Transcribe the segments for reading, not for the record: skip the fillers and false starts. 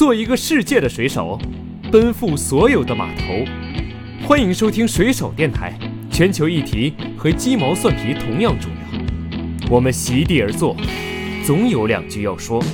做一个世界的水手，奔赴所有的码头。欢迎收听水手电台，全球议题和鸡毛蒜皮同样重要。我们席地而坐，总有两句要说。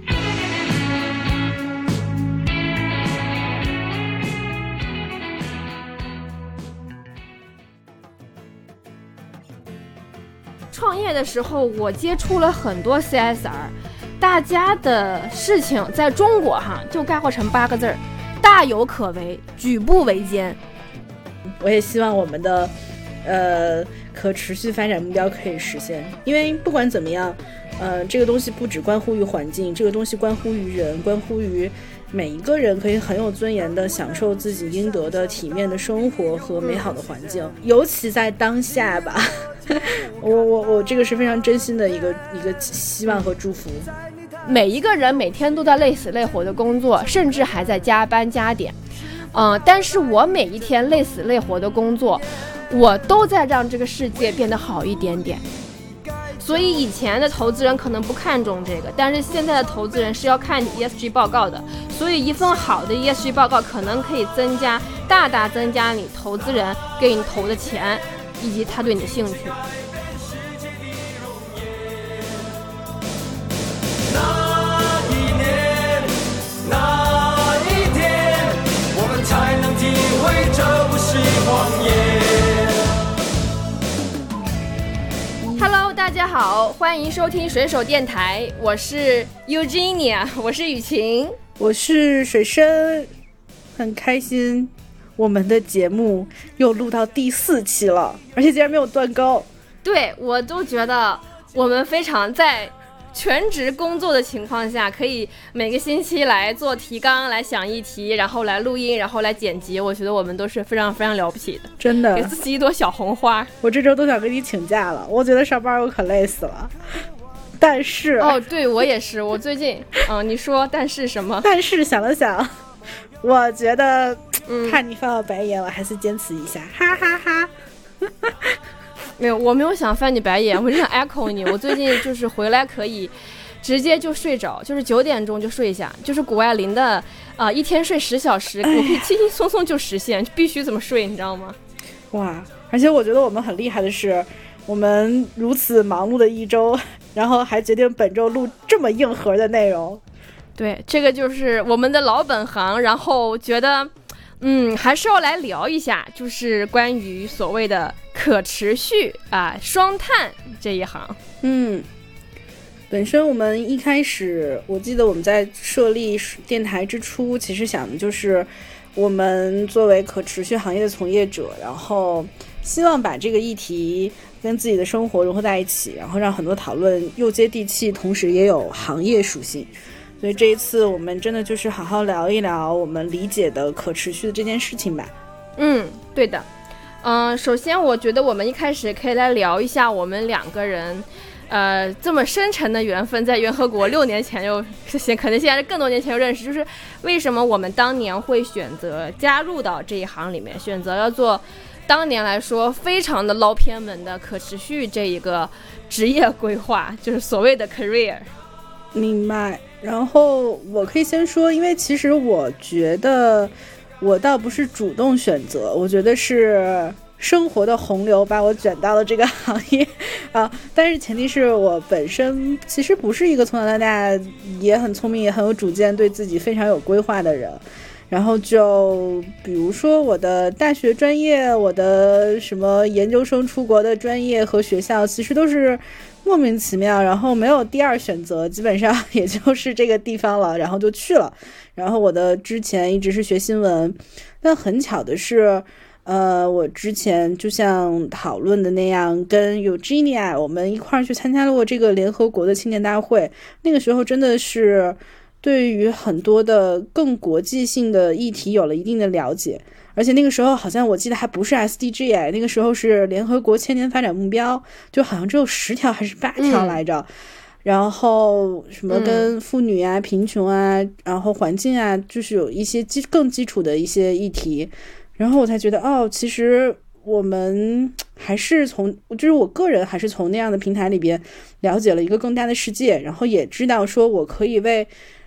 创业的时候，我接触了很多 CSR， 大家的事情在中国就概括成8个字：大有可为，举步维艰。 我也希望我们的可持续发展目标可以实现，因为不管怎么样，这个东西不只关乎于环境，这个东西关乎于人，关乎于每一个人可以很有尊严的享受自己应得的体面的生活和美好的环境，尤其在当下吧。我这个是非常真心的一个希望和祝福。 每一个人每天都在累死累活的工作，甚至还在加班加点。但是我每一天累死累活的工作，我都在让这个世界变得好一点点。所以以前的投资人可能不看重这个，但是现在的投资人是要看你 ESG 报告的。所以一份好的 ESG 报告可能可以大大增加你投资人给你投的钱，以及他对你的兴趣。Hello， 大家好，欢迎收听水手电台，我是 Eugenia， 我是雨晴， 我是水生，很开心，我们的节目又录到第4期了，而且竟然没有断更。 对，我都觉得我们非常在全职工作的情况下，可以每个星期来做提纲，来想议题，然后来录音，然后来剪辑。我觉得我们都是非常非常了不起的， 真的， 给自己一朵小红花。 我这周都想跟你请假了，我觉得上班我可累死了。但是对，我也是，我最近你说但是什么？ 但是想了想，我觉得看你翻我白眼，我还是坚持一下，哈哈哈。 没有，我没有想翻你白眼，我只想 echo 你。我最近就是回来可以直接就睡着，就是9点钟就睡一下，就是谷爱凌的一天睡10小时，我可以轻轻松松就实现，必须怎么睡，你知道吗？ 哇！而且我觉得我们很厉害的是，我们如此忙碌的一周，然后还决定本周录这么硬核的内容。 对，这个就是我们的老本行，然后觉得还是要来聊一下，就是关于所谓的可持续双碳这一行。 本身我们一开始，我记得我们在设立电台之初，其实想的就是我们作为可持续行业的从业者，然后希望把这个议题跟自己的生活融合在一起，然后让很多讨论又接地气，同时也有行业属性。所以这一次我们真的就是好好聊一聊我们理解的可持续的这件事情吧。 对的。首先我觉得我们一开始可以来聊一下我们2个人这么深沉的缘分，在联合国6年前可能现在是更多年前就认识，就是为什么我们当年会选择加入到这一行里面，选择要做当年来说非常的捞偏门的可持续这一个职业规划，就是所谓的 career。 明白。然后我可以先说，因为其实我觉得我倒不是主动选择，我觉得是生活的洪流把我卷到了这个行业但是前提是我本身其实不是一个从小到大也很聪明也很有主见对自己非常有规划的人。然后就比如说我的大学专业，我的什么研究生出国的专业和学校其实都是莫名其妙，然后没有第二选择，基本上也就是这个地方了，然后就去了。然后我的之前一直是学新闻，但很巧的是我之前就像讨论的那样，跟 Eugenia 我们一块儿去参加了这个联合国的青年大会。那个时候真的是对于很多的更国际性的议题有了一定的了解，而且那个时候好像我记得还不是 SDG 那个时候是联合国千年发展目标，就好像只有10条还是8条来着。然后什么跟妇女贫穷然后环境就是有一些更基础的一些议题。然后我才觉得其实我们还是就是我个人还是从那样的平台里边了解了一个更大的世界，然后也知道说我可以为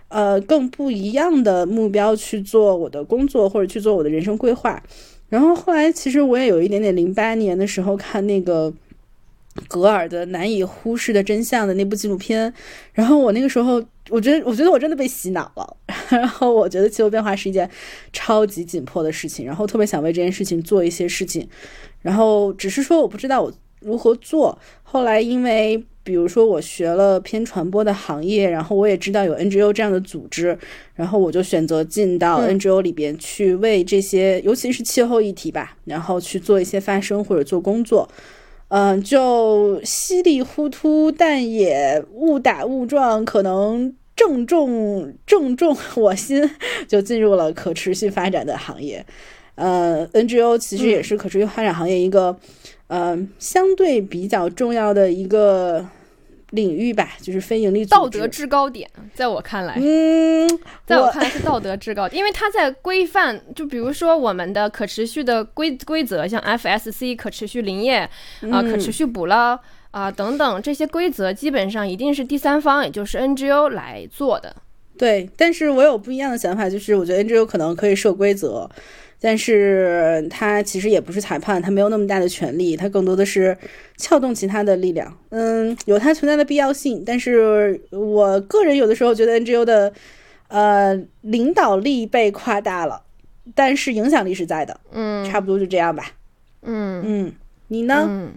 更不一样的目标去做我的工作或者去做我的人生规划。然后后来其实我也有一点点08年的时候看那个格尔的难以忽视的真相的那部纪录片，然后我那个时候我觉得我真的被洗脑了，然后我觉得气候变化是一件超级紧迫的事情，然后特别想为这件事情做一些事情，然后只是说我不知道我如何做。后来因为比如说我学了偏传播的行业，然后我也知道有 NGO 这样的组织，然后我就选择进到 NGO 里边去为这些尤其是气候议题吧，然后去做一些发声或者做工作。就稀里糊涂但也误打误撞，可能正中我心，就进入了可持续发展的行业。NGO 其实也是可持续发展行业一个相对比较重要的一个领域吧，就是非盈利组织。 道德制高点，在我看来，在我看来是道德制高点，因为它在规范，就比如说我们的可持续的规则，像 FSC 可持续林业可持续捕捞等等这些规则，基本上一定是第三方，也就是 NGO 来做的。 对，但是我有不一样的想法，就是我觉得 NGO 可能可以设规则，但是它其实也不是裁判，它没有那么大的权利，它更多的是撬动其他的力量。有它存在的必要性，但是我个人有的时候觉得 NGO 的领导力被夸大了，但是影响力是在的。差不多就这样吧。你呢？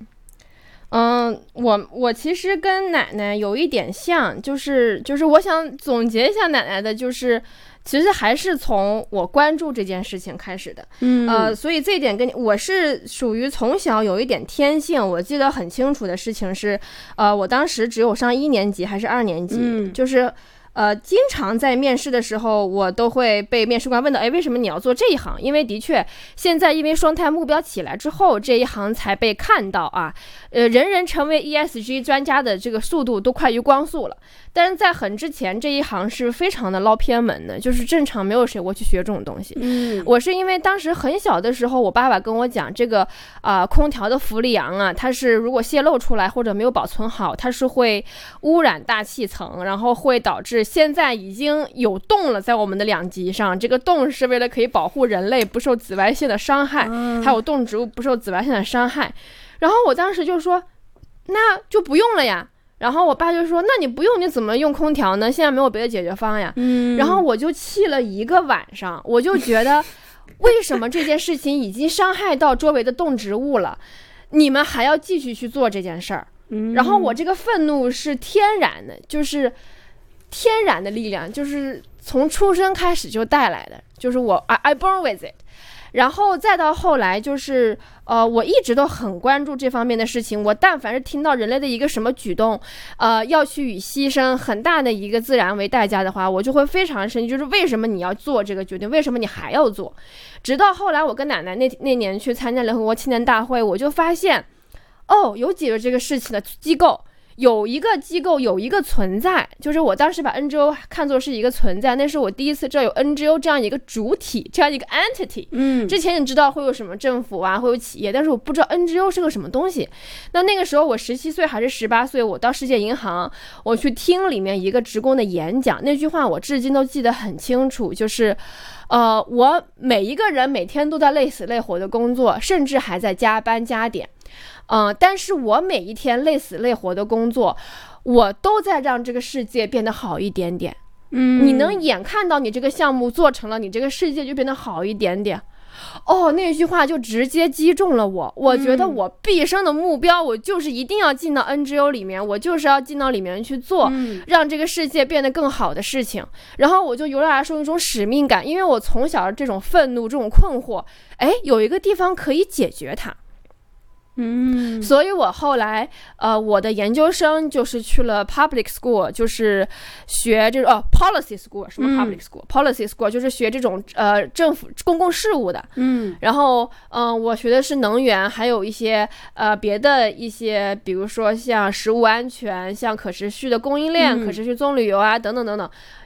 我其实跟奶奶有一点像，就是我想总结一下奶奶的，就是其实还是从我关注这件事情开始的。所以这一点跟我是属于从小有一点天性。我记得很清楚的事情是，我当时只有上1年级还是2年级，就是经常在面试的时候，我都会被面试官问到，为什么你要做这一行？因为的确，现在因为双碳目标起来之后，这一行才被看到啊。人人成为 ESG 专家的这个速度都快于光速了。但是在很之前，这一行是非常的捞偏门的，就是正常没有谁会去学这种东西。我是因为当时很小的时候，我爸爸跟我讲，这个空调的氟利昂啊，它是如果泄漏出来或者没有保存好，它是会污染大气层，然后会导致现在已经有洞了在我们的2极上，这个洞是为了可以保护人类不受紫外线的伤害，还有动植物不受紫外线的伤害。然后我当时就说，那就不用了呀。然后我爸就说，那你不用你怎么用空调呢？现在没有别的解决方案呀。然后我就气了1个晚上，我就觉得为什么这件事情已经伤害到周围的动植物了，你们还要继续去做这件事儿？然后我这个愤怒是天然的，就是天然的力量，就是从出生开始就带来的，就是我 I born with it。然后再到后来，就是我一直都很关注这方面的事情。我但凡是听到人类的一个什么举动，要去以牺牲很大的一个自然为代价的话，我就会非常生气，就是为什么你要做这个决定？为什么你还要做？直到后来我跟奶奶那年去参加联合国青年大会，我就发现，有解决这个事情的机构。有一个机构有一个存在，就是我当时把 NGO 看作是一个存在，那是我第一次知道有 NGO 这样一个主体，这样一个 entity。之前你知道会有什么政府啊，会有企业，但是我不知道 NGO 是个什么东西。那个时候我17岁还是18岁，我到世界银行，我去听里面一个职工的演讲，那句话我至今都记得很清楚，就是我每一个人每天都在累死累活的工作，甚至还在加班加点。但是我每一天累死累活的工作，我都在让这个世界变得好一点点。你能眼看到你这个项目做成了，你这个世界就变得好一点点。那句话就直接击中了我。我觉得我毕生的目标，我就是一定要进到 NGO 里面，我就是要进到里面去做，让这个世界变得更好的事情。然后我就由来而生一种使命感，因为我从小这种愤怒、这种困惑，有一个地方可以解决它。所以我后来我的研究生就是去了 public school， 就是学这种policy school。 什么 public school？ policy school 就是学这种政府公共事务的。然后我学的是能源，还有一些别的一些，比如说像食物安全，像可持续的供应链，可持续棕榈油啊等等等等。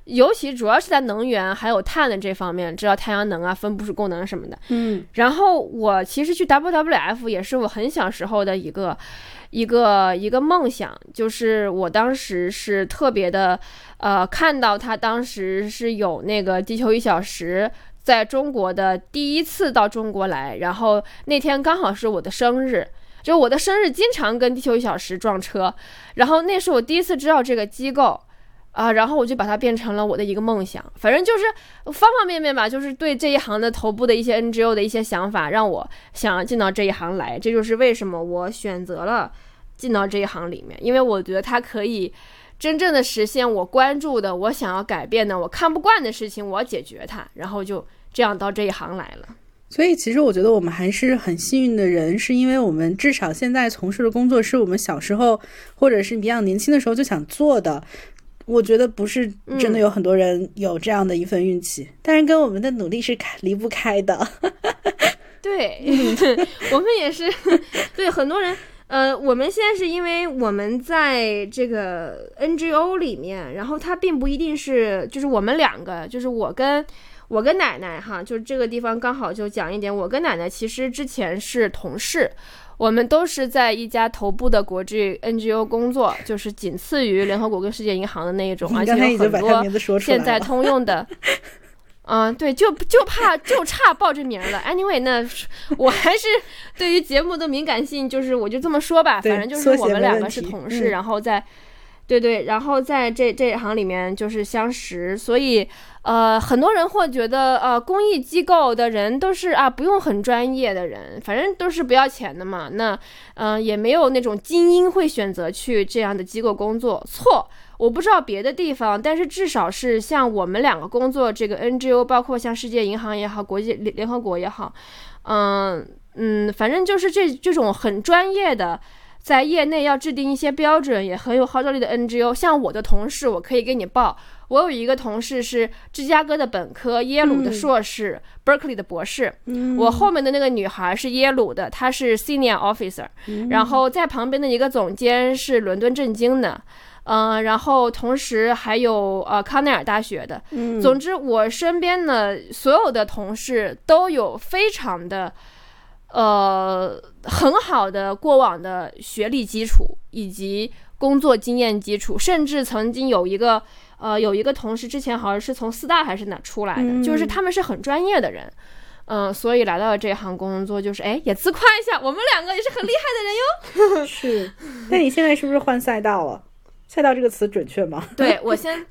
尤其主要是在能源还有碳的这方面，知道太阳能啊、分布式供能什么的。然后我其实去 WWF 也是我很小时候的一个梦想，就是我当时是特别的看到他当时是有那个地球1小时在中国的第一次到中国来，然后那天刚好是我的生日，就我的生日经常跟地球1小时撞车，然后那是我第一次知道这个机构然后我就把它变成了我的一个梦想，反正就是方方面面吧，就是对这一行的头部的一些 NGO 的一些想法，让我想要进到这一行来，这就是为什么我选择了进到这一行里面，因为我觉得它可以真正的实现我关注的、我想要改变的、我看不惯的事情，我要解决它，然后就这样到这一行来了。 所以其实我觉得我们还是很幸运的人，是因为我们至少现在从事的工作是我们小时候或者是比较年轻的时候就想做的。我觉得不是真的有很多人有这样的一份运气，但是跟我们的努力是离不开的。 对，我们也是对很多人我们现在是因为我们在这个 NGO 里面，然后它并不一定是就是我们两个，就是我跟奶奶哈，就这个地方刚好就讲一点，我跟奶奶其实之前是同事，我们都是在一家头部的国际 NGO 工作，就是仅次于联合国跟世界银行的那一种，而且有很多现在通用的。对，就差报这名了。Anyway， 那我还是对于节目的敏感性，就是我就这么说吧，反正就是我们两个是同事，然后在。对，然后在这一行里面就是相识，所以很多人会觉得公益机构的人都是不用很专业的人，反正都是不要钱的嘛，那也没有那种精英会选择去这样的机构工作。错，我不知道别的地方，但是至少是像我们两个工作这个 NGO， 包括像世界银行也好，国际联合国也好，反正就是这种很专业的。在业内要制定一些标准，也很有号召力的 NGO， 像我的同事，我可以给你报，我有一个同事是芝加哥的本科，耶鲁的硕士，Berkeley 的博士，我后面的那个女孩是耶鲁的，她是 Senior Officer，然后在旁边的一个总监是伦敦政经的，然后同时还有康奈尔大学的，总之我身边的所有的同事都有非常的很好的过往的学历基础以及工作经验基础，甚至曾经有一个同事之前好像是从四大还是哪出来的，就是他们是很专业的人，所以来到了这行工作，就是也自夸一下，我们两个也是很厉害的人哟。 是，那你现在是不是换赛道了？赛道这个词准确吗？ 对，我先，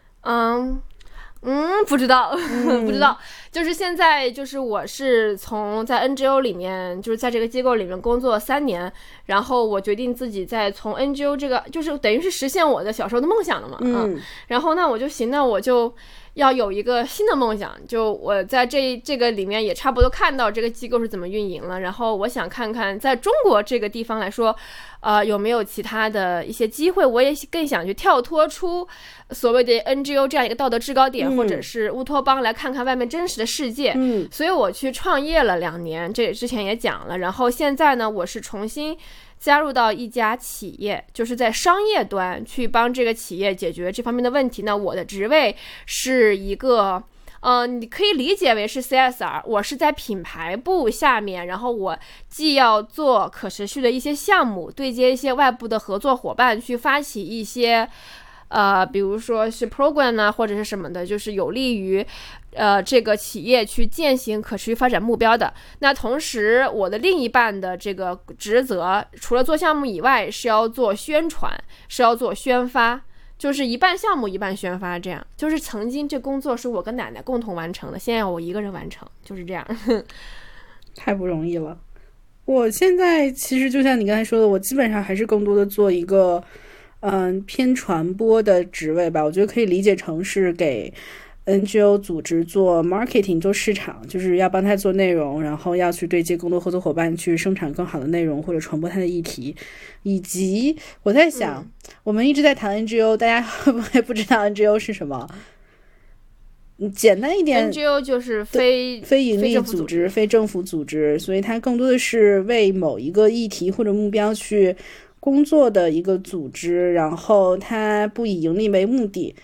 不知道，不知道。就是现在，就是我是从在 NGO 里面，就是在这个机构里面工作3年，然后我决定自己再从 NGO 这个，就是等于是实现我的小时候的梦想了嘛，然后那我就行，那我就要有一个新的梦想，就我在这个里面也差不多看到这个机构是怎么运营了，然后我想看看在中国这个地方来说，有没有其他的一些机会，我也更想去跳脱出所谓的 NGO 这样一个道德制高点，或者是乌托邦，来看看外面真实的世界，所以我去创业了2年，这之前也讲了，然后现在呢，我是重新加入到一家企业，就是在商业端去帮这个企业解决这方面的问题。那我的职位是一个你可以理解为是 CSR， 我是在品牌部下面，然后我既要做可持续的一些项目，对接一些外部的合作伙伴，去发起一些比如说是 program 啊，或者是什么的，就是有利于这个企业去践行可持续发展目标的。那同时我的另一半的这个职责，除了做项目以外，是要做宣传，是要做宣发，就是一半项目一半宣发，这样。就是曾经这工作是我跟奶奶共同完成的，现在我一个人完成，就是这样。 太不容易了。我现在其实就像你刚才说的，我基本上还是更多的做一个偏传播的职位吧。我觉得可以理解成是给 NGO 组织做 marketing 做市场，就是要帮他做内容，然后要去对接更多合作伙伴去生产更好的内容或者传播他的议题。以及我在想，我们一直在谈 NGO， 大家会不会不知道 NGO 是什么？简单一点 NGO 就是非盈利组织、非政府组织，所以它更多的是为某一个议题或者目标去工作的一个组织，然后它不以盈利为目的。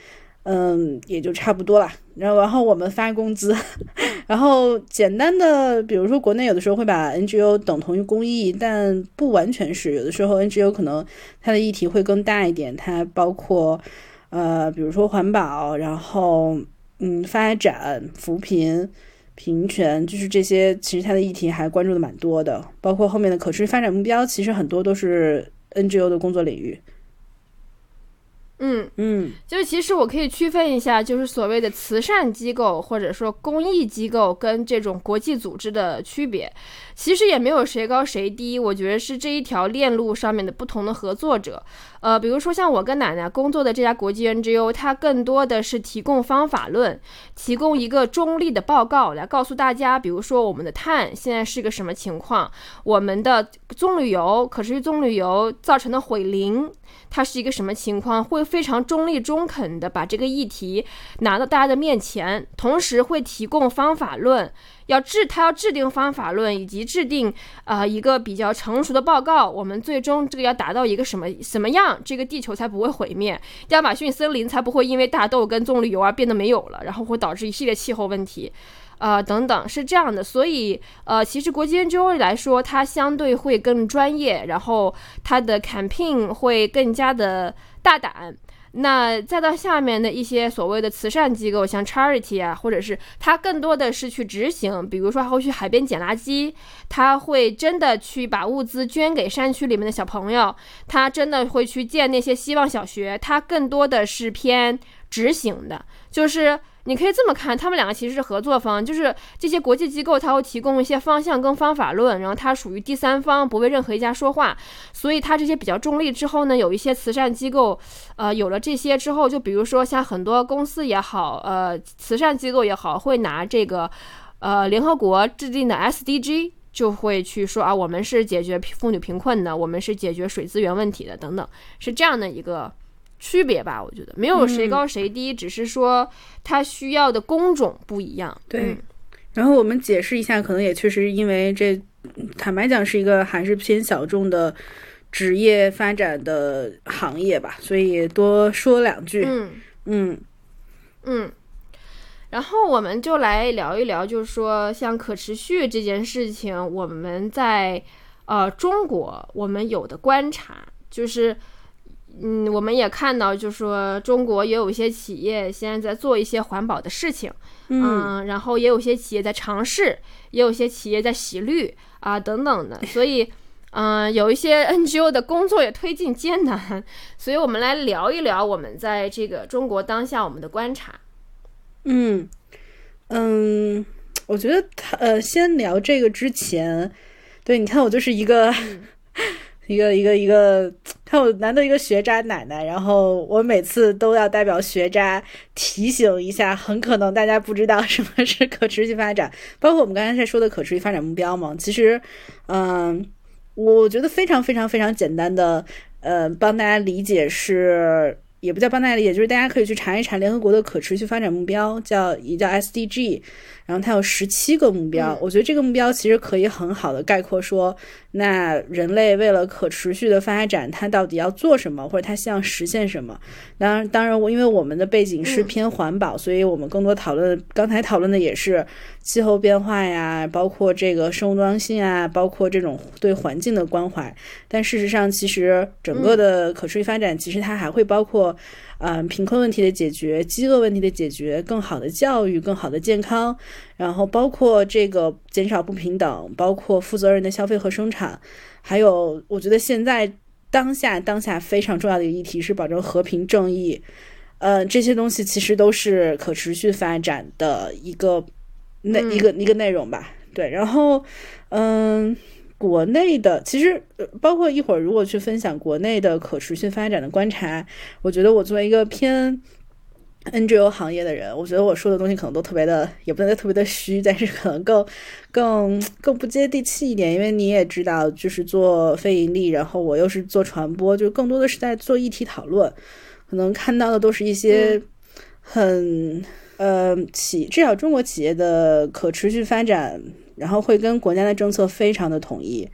也就差不多了。然后我们发工资，然后简单的，比如说国内有的时候会把 NGO 等同于公益，但不完全是，有的时候 NGO 可能它的议题会更大一点，它包括比如说环保，然后发展、扶贫、平权，就是这些，其实它的议题还关注的蛮多的，包括后面的可持续发展目标，其实很多都是 NGO 的工作领域。 就是其实我可以区分一下，就是所谓的慈善机构或者说公益机构跟这种国际组织的区别，其实也没有谁高谁低，我觉得是这一条链路上面的不同的合作者。比如说像我跟奶奶工作的这家国际 NGO， 它更多的是提供方法论，提供一个中立的报告来告诉大家，比如说我们的碳现在是个什么情况，我们的棕榈油可持续棕榈油造成的毁林它是一个什么情况，会非常中立中肯的把这个议题拿到大家的面前，同时会提供方法论，他要制定方法论，以及制定一个比较成熟的报告，我们最终这个要达到一个什么样，这个地球才不会毁灭，亚马逊森林才不会因为大豆跟棕榈油而变得没有了，然后会导致一系列气候问题等等，是这样的。所以其实国际 NGO 来说，它相对会更专业，然后它的 campaign 会更加的大胆。那再到下面的一些所谓的慈善机构，像 charity 或者是它更多的是去执行，比如说它会去海边捡垃圾，它会真的去把物资捐给山区里面的小朋友，它真的会去建那些希望小学，它更多的是偏执行的。就是你可以这么看，他们两个其实是合作方，就是这些国际机构它会提供一些方向跟方法论，然后它属于第三方，不为任何一家说话，所以它这些比较中立之后呢，有一些慈善机构有了这些之后，就比如说像很多公司也好，慈善机构也好，会拿这个联合国制定的 SDG， 就会去说我们是解决妇女贫困的，我们是解决水资源问题的等等，是这样的一个区别吧。我觉得没有谁高谁低，只是说它需要的工种不一样。 对，然后我们解释一下，可能也确实因为这坦白讲是一个还是偏小众的职业发展的行业吧，所以多说两句。 然后我们就来聊一聊，就是说像可持续这件事情，我们在中国我们有的观察，就是我们也看到，就是说中国也有一些企业现在在做一些环保的事情，然后也有一些企业在尝试，也有一些企业在洗绿等等的，所以有一些 NGO 的工作也推进艰难，所以我们来聊一聊我们在这个中国当下我们的观察。 我觉得先聊这个之前，对，你看我就是一个看我难得一个学渣奶奶，然后我每次都要代表学渣提醒一下，很可能大家不知道什么是可持续发展，包括我们刚才在说的可持续发展目标嘛，其实我觉得非常非常非常简单的帮大家理解是，也不叫帮大家理解，就是大家可以去查一查联合国的可持续发展目标，也叫 SDG， 然后它有17个目标，我觉得这个目标其实可以很好的概括说，那人类为了可持续的发展，它到底要做什么，或者它希望实现什么。当然因为我们的背景是偏环保，所以我们更多刚才讨论的也是气候变化呀，包括这个生物多样性啊，包括这种对环境的关怀。但事实上其实整个的可持续发展其实它还会包括贫困问题的解决，饥饿问题的解决，更好的教育，更好的健康，然后包括这个减少不平等，包括负责任的消费和生产，还有我觉得现在当下非常重要的一个议题是保证和平正义，这些东西其实都是可持续发展的一个内容吧。对，然后国内的其实包括一会儿如果去分享国内的可持续发展的观察，我觉得我作为一个偏 NGO 行业的人，我觉得我说的东西可能都特别的，也不能说特别的虚，但是可能更不接地气一点，因为你也知道就是做非盈利，然后我又是做传播，就更多的是在做议题讨论，可能看到的都是一些很至少中国企业的可持续发展，然后会跟国家的政策非常的统一，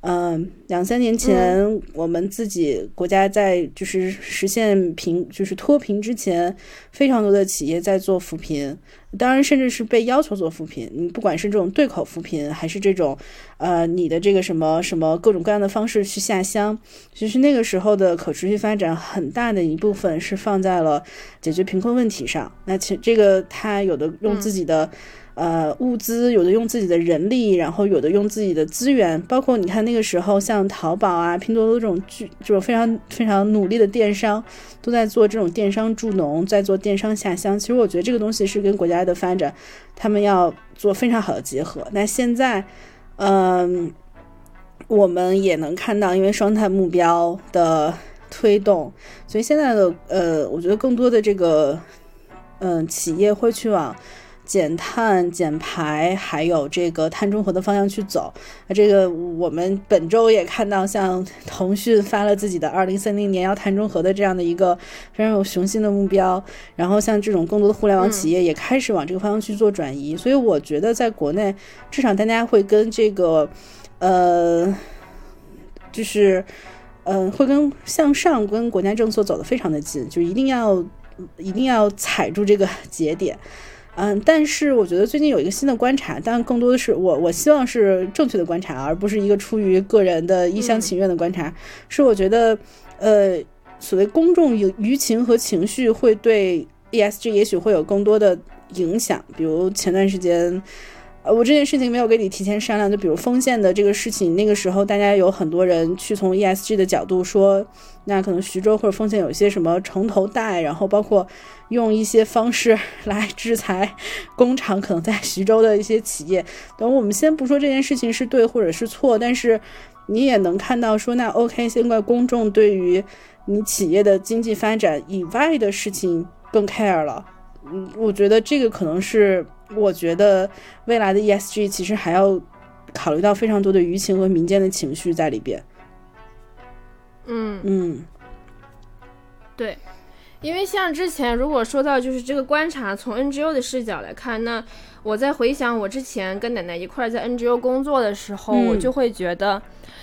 2-3年前，我们自己国家在就是实现就是脱贫之前，非常多的企业在做扶贫，当然甚至是被要求做扶贫。你不管是这种对口扶贫，还是这种你的这个什么什么各种各样的方式去下乡，其实那个时候的可持续发展很大的一部分是放在了解决贫困问题上。那这个他有的用自己的物资，有的用自己的人力，然后有的用自己的资源，包括你看那个时候像淘宝啊、拼多多这种非常非常努力的电商，都在做这种电商助农，在做电商下乡。其实我觉得这个东西是跟国家的发展他们要做非常好的结合。那现在我们也能看到因为双碳目标的推动，所以现在的我觉得更多的这个企业会去往减碳减排还有这个碳中和的方向去走。这个我们本周也看到像腾讯发了自己的2030年要碳中和的这样的一个非常有雄心的目标，然后像这种更多的互联网企业也开始往这个方向去做转移。所以我觉得在国内至少大家会跟这个就是会跟向上跟国家政策走得非常的近，就一定要踩住这个节点。但是我觉得最近有一个新的观察，但更多的是我希望是正确的观察，而不是一个出于个人的一厢情愿的观察。是我觉得所谓公众舆情和情绪会对 ESG 也许会有更多的影响。比如前段时间我这件事情没有跟你提前商量，就比如丰县的这个事情，那个时候大家有很多人去从 ESG 的角度说，那可能徐州或者丰县有一些什么城投贷，然后包括用一些方式来制裁工厂可能在徐州的一些企业。等我们先不说这件事情是对或者是错，但是你也能看到说，那 OK， 现在公众对于你企业的经济发展以外的事情更 care 了。我觉得这个可能是我觉得未来的 ESG 其实还要考虑到非常多的舆情和民间的情绪在里边。 对，因为像之前如果说到就是这个观察从 NGO 的视角来看，那我在回想我之前跟奶奶一块在 NGO 工作的时候，我就会觉得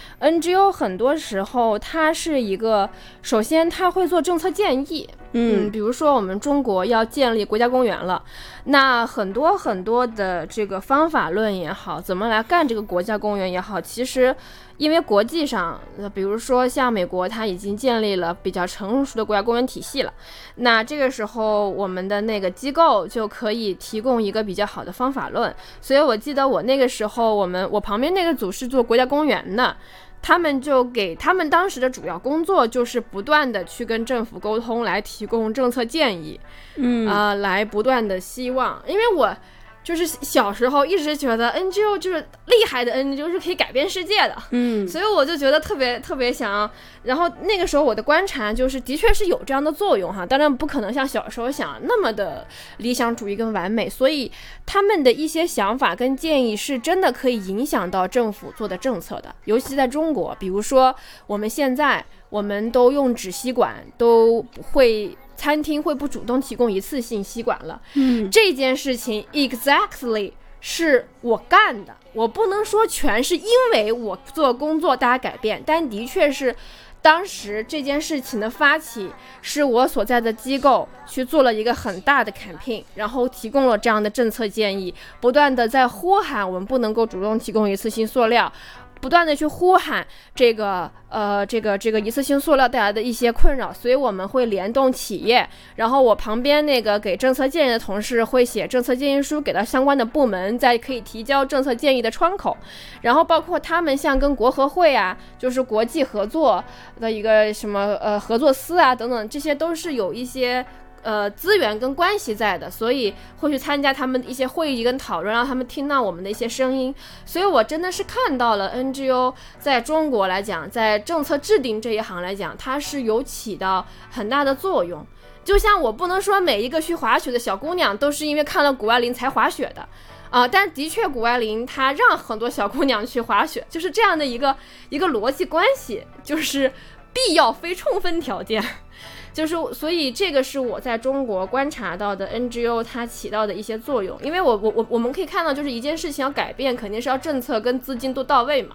NGO 很多时候它是一个，首先它会做政策建议，比如说我们中国要建立国家公园了，那很多很多的这个方法论也好，怎么来干这个国家公园也好，其实因为国际上比如说像美国它已经建立了比较成熟的国家公园体系了，那这个时候我们的那个机构就可以提供一个比较好的方法论。所以我记得我那个时候我旁边那个组是做国家公园的，他们就给他们当时的主要工作就是不断的去跟政府沟通，来提供政策建议，来不断的希望。因为我就是小时候一直觉得 NGO 就是厉害的 NGO 是可以改变世界的，所以我就觉得特别特别想要。然后那个时候我的观察就是的确是有这样的作用哈，当然不可能像小时候想那么的理想主义跟完美，所以他们的一些想法跟建议是真的可以影响到政府做的政策的。尤其在中国，比如说我们现在我们都用纸吸管，都不会餐厅会不主动提供一次性吸管了，这件事情 exactly 是我干的，我不能说全是因为我做工作大家改变，但的确是当时这件事情的发起是我所在的机构去做了一个很大的 campaign， 然后提供了这样的政策建议，不断的在呼喊我们不能够主动提供一次性塑料，不断的去呼喊这个一次性塑料带来的一些困扰，所以我们会联动企业，然后我旁边那个给政策建议的同事会写政策建议书给到相关的部门，再可以提交政策建议的窗口，然后包括他们像跟国合会啊，就是国际合作的一个什么合作司啊等等，这些都是有一些资源跟关系在的，所以会去参加他们一些会议跟讨论，让他们听到我们的一些声音。所以我真的是看到了 NGO 在中国来讲，在政策制定这一行来讲，它是有起到很大的作用。就像我不能说每一个去滑雪的小姑娘都是因为看了谷爱凌才滑雪的但的确谷爱凌她让很多小姑娘去滑雪，就是这样的一个逻辑关系，就是必要非充分条件。就是所以这个是我在中国观察到的 NGO 它起到的一些作用。因为我们可以看到，就是一件事情要改变肯定是要政策跟资金都到位嘛，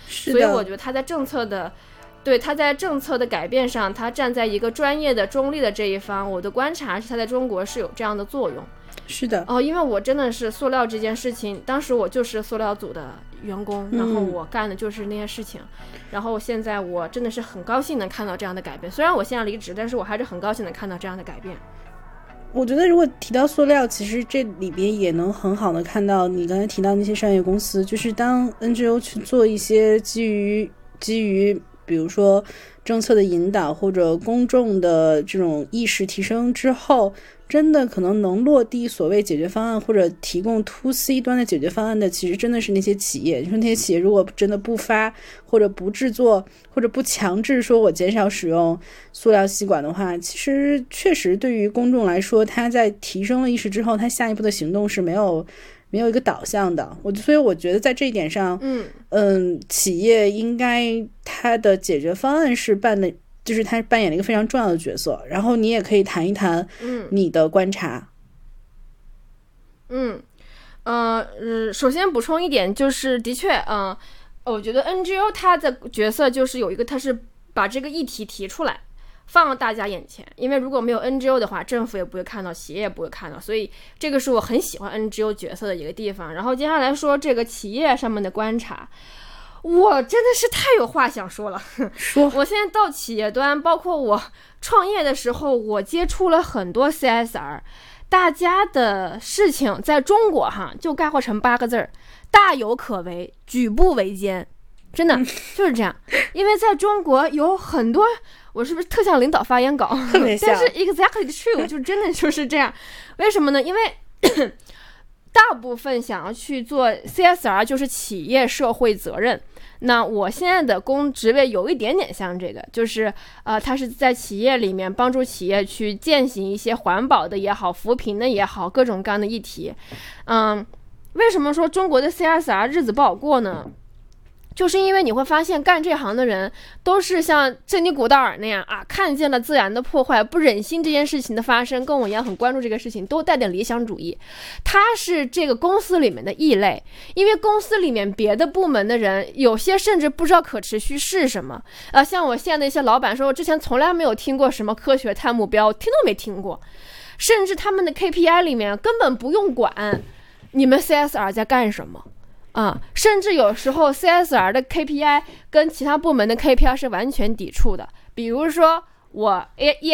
所以我觉得他在政策的改变上，他站在一个专业的中立的这一方，我的观察是他在中国是有这样的作用。 是的因为我真的是塑料这件事情，当时我就是塑料组的员工，然后我干的就是那些事情，然后现在我真的是很高兴能看到这样的改变，虽然我现在离职，但是我还是很高兴能看到这样的改变。 我觉得如果提到塑料，其实这里边也能很好的看到你刚才提到那些商业公司，就是当 NGO 去做一些基于比如说政策的引导或者公众的这种意识提升之后，真的可能能落地所谓解决方案或者提供 2C 端的解决方案的，其实真的是那些企业。你说那些企业如果真的不发或者不制作或者不强制说我减少使用塑料吸管的话，其实确实对于公众来说，他在提升了意识之后，他下一步的行动是没有一个导向的。所以我觉得在这一点上企业应该它的解决方案是就是他扮演了一个非常重要的角色，然后你也可以谈一谈你的观察。 首先补充一点，就是的确我觉得 NGO 它的角色就是有一个，它是把这个议题提出来放到大家眼前，因为如果没有 NGO 的话，政府也不会看到，企业也不会看到，所以这个是我很喜欢 NGO 角色的一个地方。然后接下来说这个企业上面的观察，我真的是太有话想说了。我现在到企业端，包括我创业的时候，我接触了很多 CSR， 大家的事情在中国就概括成8个字：大有可为，举步维艰。真的就是这样，因为在中国有很多，我是不是特像领导发言稿？ 特别像， 但是 exactly true， 就真的就是这样。为什么呢？因为大部分想要去做 CSR 就是企业社会责任。那我现在的职位有一点点像这个，就是它是在企业里面帮助企业去践行一些环保的也好，扶贫的也好，各种各样的议题。为什么说中国的 CSR 日子不好过呢？就是因为你会发现干这行的人都是像珍妮古道尔那样看见了自然的破坏，不忍心这件事情的发生，跟我一样很关注这个事情，都带点理想主义。他是这个公司里面的异类，因为公司里面别的部门的人有些甚至不知道可持续是什么像我现在的一些老板说，我之前从来没有听过什么科学碳目标，听都没听过，甚至他们的 KPI 里面根本不用管你们 CSR 在干什么甚至有时候 CSR 的 KPI 跟其他部门的 KPI 是完全抵触的。比如说我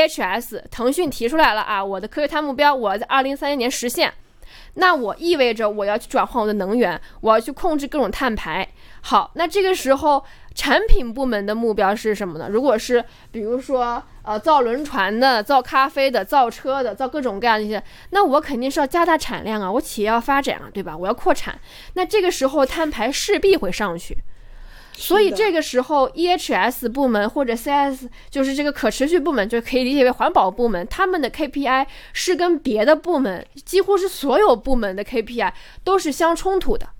EHS 腾讯提出来了我的科学碳目标我要在2030年实现，那我意味着我要去转换我的能源，我要去控制各种碳排。好，那这个时候产品部门的目标是什么呢？如果是比如说造轮船的、造咖啡的、造车的、造各种各样的一些，那我肯定是要加大产量我企业要发展对吧？我要扩产，那这个时候碳排势必会上去。所以这个时候 EHS 部门或者 CS 就是这个可持续部门，就可以理解为环保部门，他们的 KPI 是跟别的部门，几乎是所有部门的 KPI 都是相冲突的。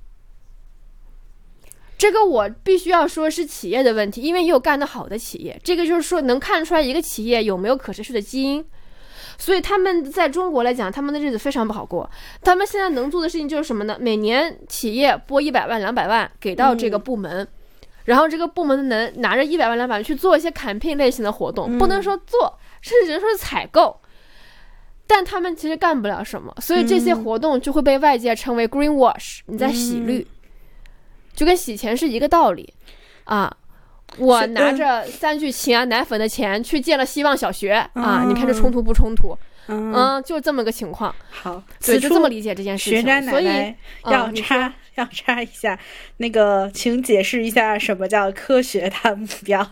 这个我必须要说是企业的问题，因为也有干得好的企业，这个就是说能看出来一个企业有没有可持续的基因。所以他们在中国来讲，他们的日子非常不好过。他们现在能做的事情就是什么呢？每年企业拨100万、200万给到这个部门，然后这个部门能拿着100万、200万去做一些 campaign 类型的活动，不能说做，甚至说是采购。但他们其实干不了什么，所以这些活动就会被外界称为 greenwash， 你在洗绿。就跟洗钱是一个道理我拿着3聚氰胺奶粉的钱去建了希望小学你看这冲突不冲突？就这么个情况。 好， 对，就这么理解这件事情。 学渣奶奶要插一下，那个请解释一下什么叫科学碳目标。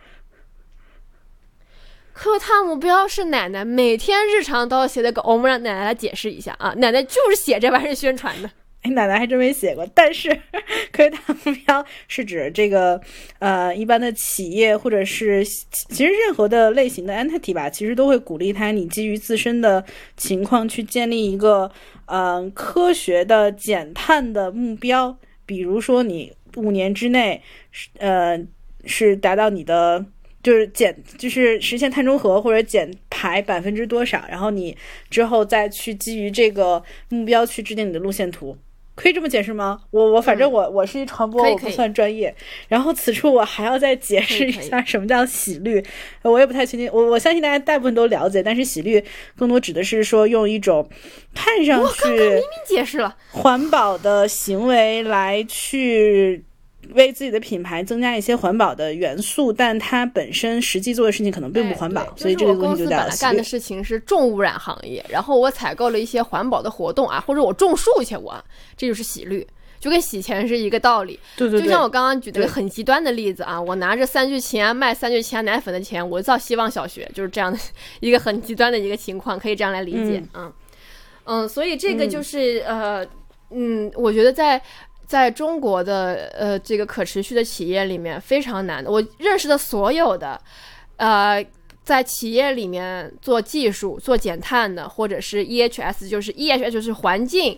科碳目标是奶奶每天日常都要写的稿，我们让奶奶来解释一下奶奶就是写这玩意儿宣传的。 奶奶还真没写过，但是科学碳目标是指这个一般的企业或者是其实任何的类型的 entity 吧，其实都会鼓励你基于自身的情况去建立一个科学的减碳的目标。比如说你5年之内是达到你的就是实现碳中和或者减排多少，然后你之后再去基于这个目标去制定你的路线图。 可以这么解释吗？我反正我是一传播，我不算专业。然后此处我还要再解释一下什么叫洗绿，我也不太确定。我相信大家大部分都了解，但是洗绿更多指的是说用一种看上去明明解释了环保的行为来去为自己的品牌增加一些环保的元素，但它本身实际做的事情可能并不环保，所以这个东西就叫洗绿。 我公司本来干的事情是重污染行业，然后我采购了一些环保的活动啊，或者我种树去，这就是洗绿，就跟洗钱是一个道理。 对，就像我刚刚举的很极端的例子啊，我拿着3聚氰胺卖3聚氰胺奶粉的钱，我造希望小学，就是这样的一个很极端的一个情况，可以这样来理解。所以这个就是我觉得在中国的这个可持续的企业里面非常难的。我认识的所有的在企业里面做技术做减碳的，或者是 EHS 就是环境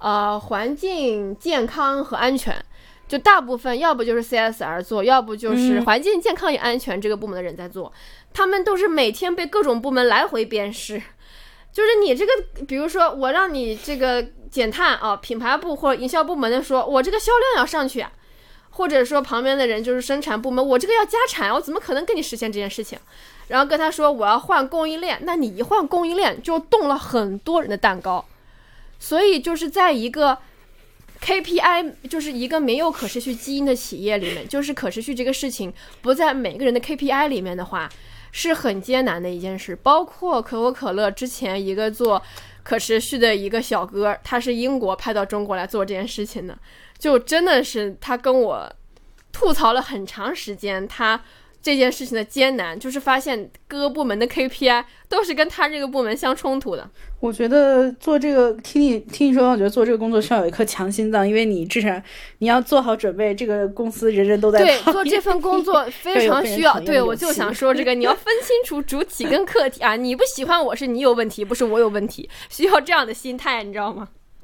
健康和安全，就大部分要不就是 CSR 做，要不就是环境健康与安全这个部门的人在做，他们都是每天被各种部门来回鞭尸。就是你这个，比如说我让你这个减碳啊，品牌部或者营销部门的说，我这个销量要上去啊，或者说旁边的人就是生产部门，我这个要加产，我怎么可能跟你实现这件事情？然后跟他说我要换供应链，那你一换供应链就动了很多人的蛋糕。所以就是在一个 KPI 就是一个没有可持续基因的企业里面，就是可持续这个事情不在每个人的 KPI 里面的话，是很艰难的一件事。包括可口可乐之前一个做可持续的一个小哥，他是英国派到中国来做这件事情的，就真的是他跟我吐槽了很长时间他这件事情的艰难，就是发现各个部门的 KPI 都是跟他这个部门相冲突的。 我觉得做这个听你说，我觉得做这个工作需要有一颗强心脏，因为你至少你要做好准备，这个公司人人都在对做这份工作非常需要对，我就想说这个你要分清楚主体跟客体啊，你不喜欢我是你有问题，不是我有问题，需要这样的心态，你知道吗？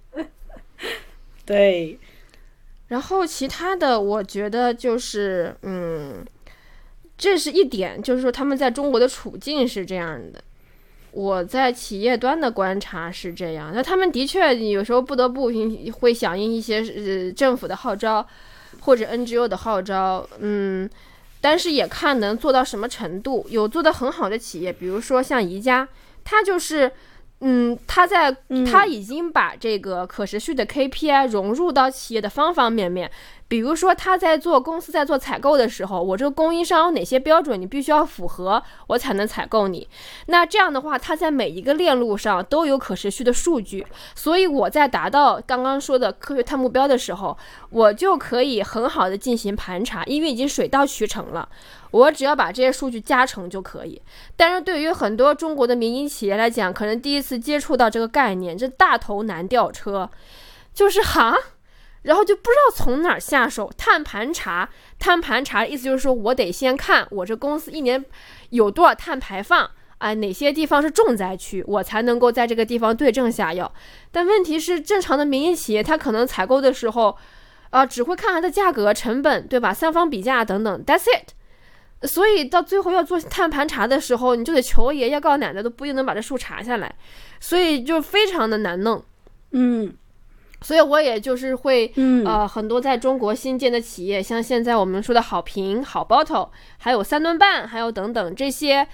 对。 然后其他的我觉得就是这是一点，就是说他们在中国的处境是这样的。我在企业端的观察是这样，那他们的确有时候不得不会响应一些政府的号召或者 NGO 的号召，但是也看能做到什么程度。有做得很好的企业，比如说像宜家，它就是他已经把这个可持续的 KPI 融入到企业的方方面面。比如说公司在做采购的时候，我这个供应商有哪些标准你必须要符合，我才能采购你。那这样的话，它在每一个链路上都有可持续的数据，所以我在达到刚刚说的科学碳目标的时候，我就可以很好的进行盘查，因为已经水到渠成了，我只要把这些数据加成就可以。但是对于很多中国的民营企业来讲，可能第一次接触到这个概念，这大头难吊车，就是然后就不知道从哪儿下手。碳盘查的意思就是说，我得先看我这公司一年有多少碳排放啊，哪些地方是重灾区，我才能够在这个地方对症下药。但问题是，正常的民营企业，它可能采购的时候只会看它的价格、成本，对吧？三方比价等等 ，That's it。所以到最后要做碳盘查的时候，你就得求爷爷告奶奶都不一定能把这数查下来，所以就非常的难弄。所以我也就是会很多在中国新建的企业，像现在我们说的好评、好 bottle， 还有3顿半，还有等等这些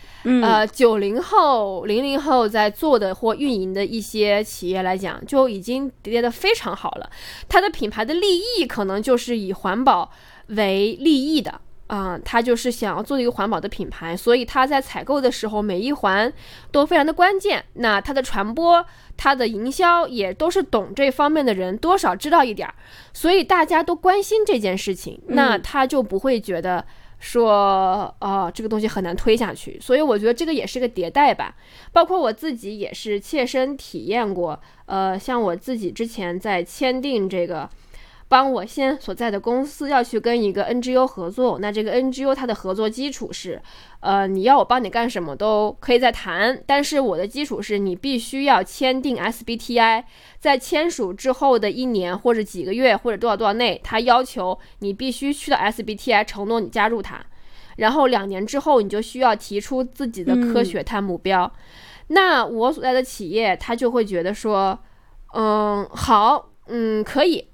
90后、00后在做的或运营的一些企业来讲，就已经跌得非常好了。它的品牌的立意可能就是以环保为立意的。他就是想要做一个环保的品牌，所以他在采购的时候每一环都非常的关键。那他的传播、他的营销也都是懂这方面的人，多少知道一点，所以大家都关心这件事情，那他就不会觉得说这个东西很难推下去。所以我觉得这个也是个迭代吧。包括我自己也是切身体验过，像我自己之前在签订这个帮我现所在的公司要去跟一个 NGO 合作，那这个 NGO 它的合作基础是你要我帮你干什么都可以再谈，但是我的基础是你必须要签订 SBTI， 在签署之后的1年或者几个月或者多少内，他要求你必须去到 SBTI 承诺你加入它，然后2年之后你就需要提出自己的科学碳目标。那我所在的企业他就会觉得说好可以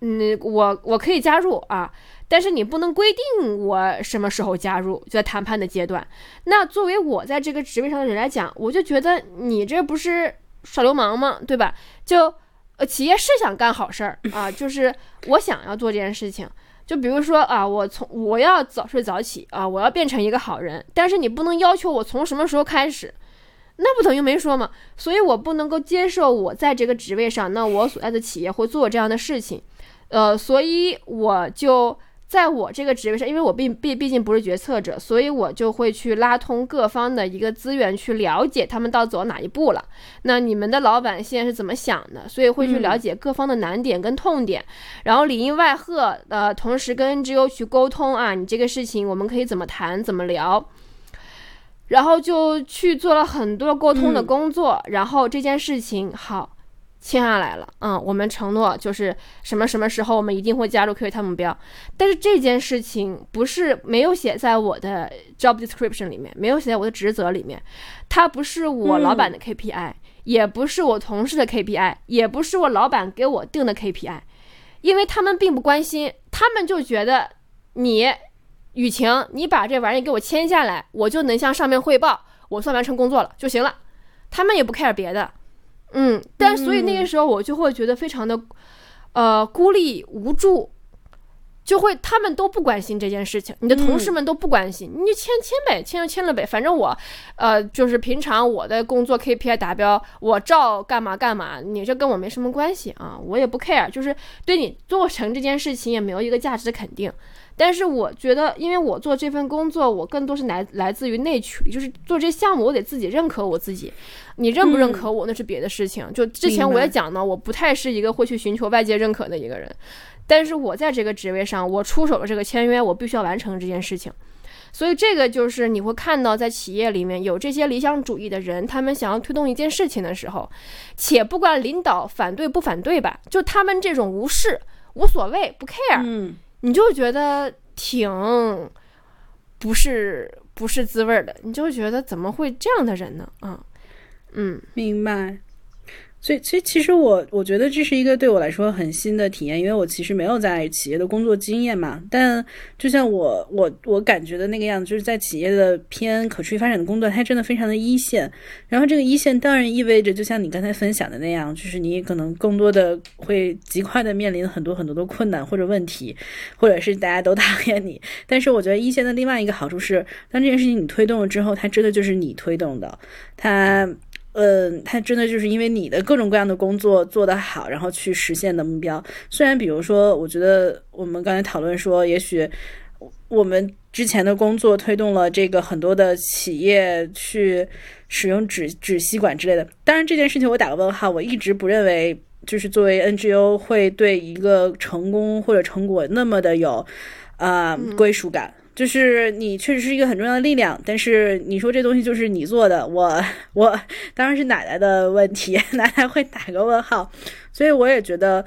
我可以加入啊，但是你不能规定我什么时候加入，就在谈判的阶段。那作为我在这个职位上的人来讲，我就觉得你这不是耍流氓吗？对吧？就企业是想干好事儿啊，就是我想要做这件事情。就比如说啊，我要早睡早起啊，我要变成一个好人，但是你不能要求我从什么时候开始，那不等于没说嘛。所以我不能够接受我在这个职位上，那我所在的企业会做这样的事情，所以我就在我这个职位上，因为我毕竟不是决策者，所以我就会去拉通各方的一个资源，去了解他们到走到哪一步了。那你们的老板现在是怎么想的？所以会去了解各方的难点跟痛点，然后里应外合，同时跟 NGO 去沟通啊，你这个事情我们可以怎么谈，怎么聊。然后就去做了很多沟通的工作，然后这件事情好签下来了，我们承诺就是什么什么时候我们一定会加入 QA 目标。但是这件事情没有写在我的 job description 里面，没有写在我的职责里面，它不是我老板的 KPI，也不是我同事的 KPI，也不是我老板给我定的 KPI，因为他们并不关心，他们就觉得雨晴，你把这玩意给我签下来，我就能向上面汇报，我算完成工作了就行了，他们也不 care 别的。但所以那个时候我就会觉得非常的孤立无助，他们都不关心这件事情，你的同事们都不关心，你签呗，签就签了呗，反正我就是平常我的工作 KPI 达标，我照干嘛干嘛，你这跟我没什么关系啊，我也不 care， 就是对你做成这件事情也没有一个价值的肯定。但是我觉得，因为我做这份工作，我更多是来自于内驱力，就是做这项目，我得自己认可我自己。你认不认可我，那是别的事情。就之前我也讲呢，我不太是一个会去寻求外界认可的一个人。但是我在这个职位上，我出手了这个签约，我必须要完成这件事情。所以这个就是你会看到，在企业里面有这些理想主义的人，他们想要推动一件事情的时候，且不管领导反对不反对吧，就他们这种无视、无所谓、不 care。你就觉得挺不是滋味的，你就觉得怎么会这样的人呢？ 明白。所以其实我觉得这是一个对我来说很新的体验，因为我其实没有在企业的工作经验嘛。但就像我感觉的那个样子，就是在企业的偏可持续发展的工作，它真的非常的一线。然后这个一线当然意味着，就像你刚才分享的那样，就是你可能更多的会极快的面临很多很多的困难或者问题，或者是大家都讨厌你。但是我觉得一线的另外一个好处是，当这件事情你推动了之后，它真的就是你推动的，它真的就是因为你的各种各样的工作做得好，然后去实现的目标。虽然比如说，我觉得我们刚才讨论说，也许我们之前的工作推动了这个很多的企业去使用纸吸管之类的。当然这件事情我打个问号，我一直不认为就是作为 NGO 会对一个成功或者成果那么的有归属感。就是你确实是一个很重要的力量，但是你说这东西就是你做的，我当然是奶奶的问题，奶奶会打个问号。所以我也觉得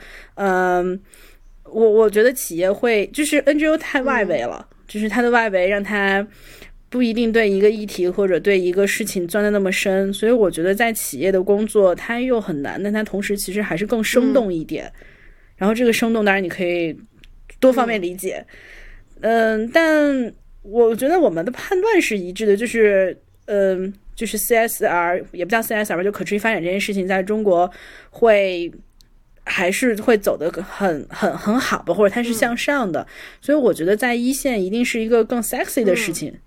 我觉得企业会就是 NGO 太外围了，就是它的外围让它不一定对一个议题或者对一个事情钻得那么深，所以我觉得在企业的工作它又很难，但它同时其实还是更生动一点。然后这个生动当然你可以多方面理解。但我觉得我们的判断是一致的，就是CSR 也不叫 CSR 吧，就可持续发展这件事情在中国还是会走得很好吧，或者它是向上的，所以我觉得在一线一定是一个更 sexy 的事情。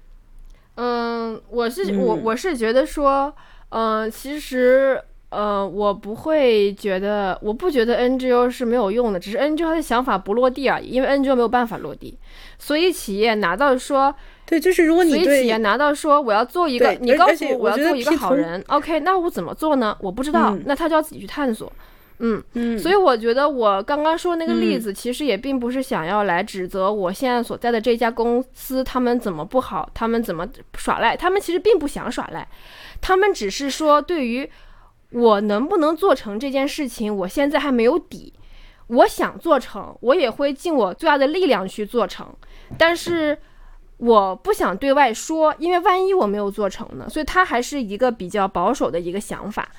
我是觉得说，其实。我不觉得 NGO 是没有用的，只是 NGO 它的想法不落地而已，因为 NGO 没有办法落地，所以企业拿到说， 对，就是如果你对， 所以企业拿到说我要做一个，你告诉我要做一个好人 ，OK， 那我怎么做呢？我不知道，那他就要自己去探索。所以我觉得我刚刚说那个例子，其实也并不是想要来指责我现在所在的这家公司他们怎么不好，他们怎么耍赖，他们其实并不想耍赖，他们只是说对于我能不能做成这件事情，我现在还没有底。我想做成，我也会尽我最大的力量去做成，但是我不想对外说，因为万一我没有做成呢，所以它还是一个比较保守的一个想法。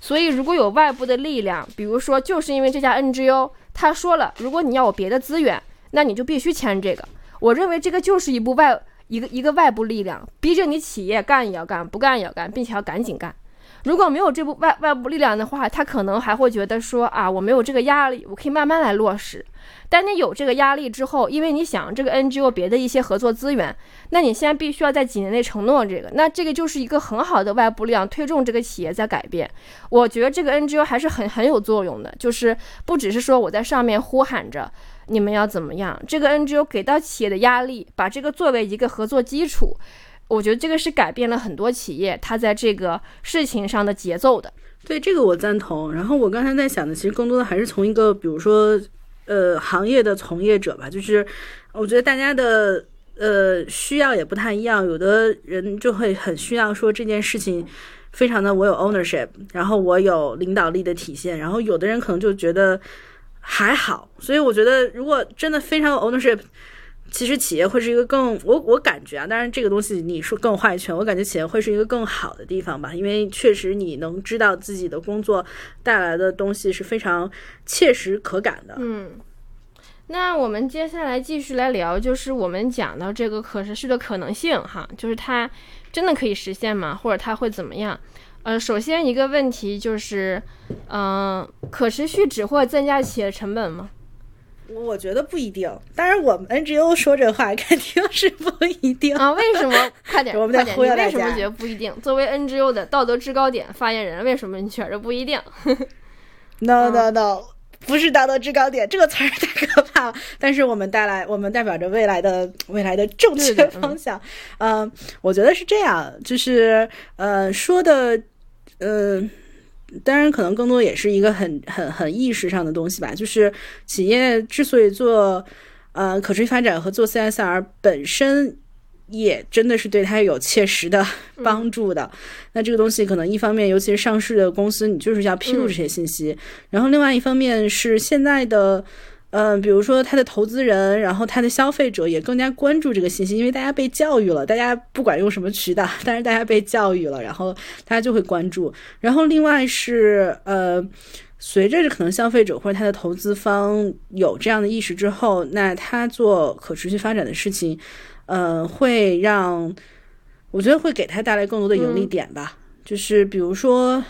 所以如果有外部的力量，比如说就是因为这家 NGO 他说了，如果你要有别的资源，那你就必须签这个。我认为这个就是一个外部力量，逼着你企业干也要干，不干也要干，并且要赶紧干。如果没有这部外部力量的话，他可能还会觉得说啊，我没有这个压力，我可以慢慢来落实。但你有这个压力之后，因为你想这个 NGO 别的一些合作资源，那你现在必须要在几年内承诺这个，那这个就是一个很好的外部力量推动这个企业在改变。我觉得这个 NGO 还是很有作用的，就是不只是说我在上面呼喊着你们要怎么样，这个 NGO 给到企业的压力，把这个作为一个合作基础，我觉得这个是改变了很多企业它在这个事情上的节奏的。 对，这个我赞同。然后我刚才在想的，其实更多的还是从一个比如说行业的从业者吧，就是我觉得大家的需要也不太一样，有的人就会很需要说这件事情非常的我有 ownership， 然后我有领导力的体现，然后有的人可能就觉得还好。所以我觉得如果真的非常有 ownership，其实企业会是一个更我感觉啊，当然这个东西你说更话语权，我感觉企业会是一个更好的地方吧，因为确实你能知道自己的工作带来的东西是非常切实可感的。 那我们接下来继续来聊，就是我们讲到这个可持续的可能性哈，就是它真的可以实现吗？或者它会怎么样？首先一个问题就是，可持续只会增加企业成本吗？ 我觉得不一定，当然我们 NGO 说这话肯定是不一定啊。为什么？快点， 我们在忽悠大家。 你为什么觉得不一定？作为 NGO 的道德制高点发言人，为什么你觉得不一定 ？No， 不是道德制高点这个词儿太可怕了。但是我们代表着未来的正确方向。我觉得是这样，就是说的当然可能更多也是一个很意识上的东西吧，就是企业之所以做可持续发展和做 CSR 本身也真的是对它有切实的帮助的。那这个东西可能一方面尤其是上市的公司你就是要披露这些信息，然后另外一方面是现在的比如说他的投资人，然后他的消费者也更加关注这个信息，因为大家被教育了，大家不管用什么渠道，但是大家被教育了，然后大家就会关注。然后另外是随着可能消费者或者他的投资方有这样的意识之后，那他做可持续发展的事情会让我觉得会给他带来更多的盈利点吧。就是比如说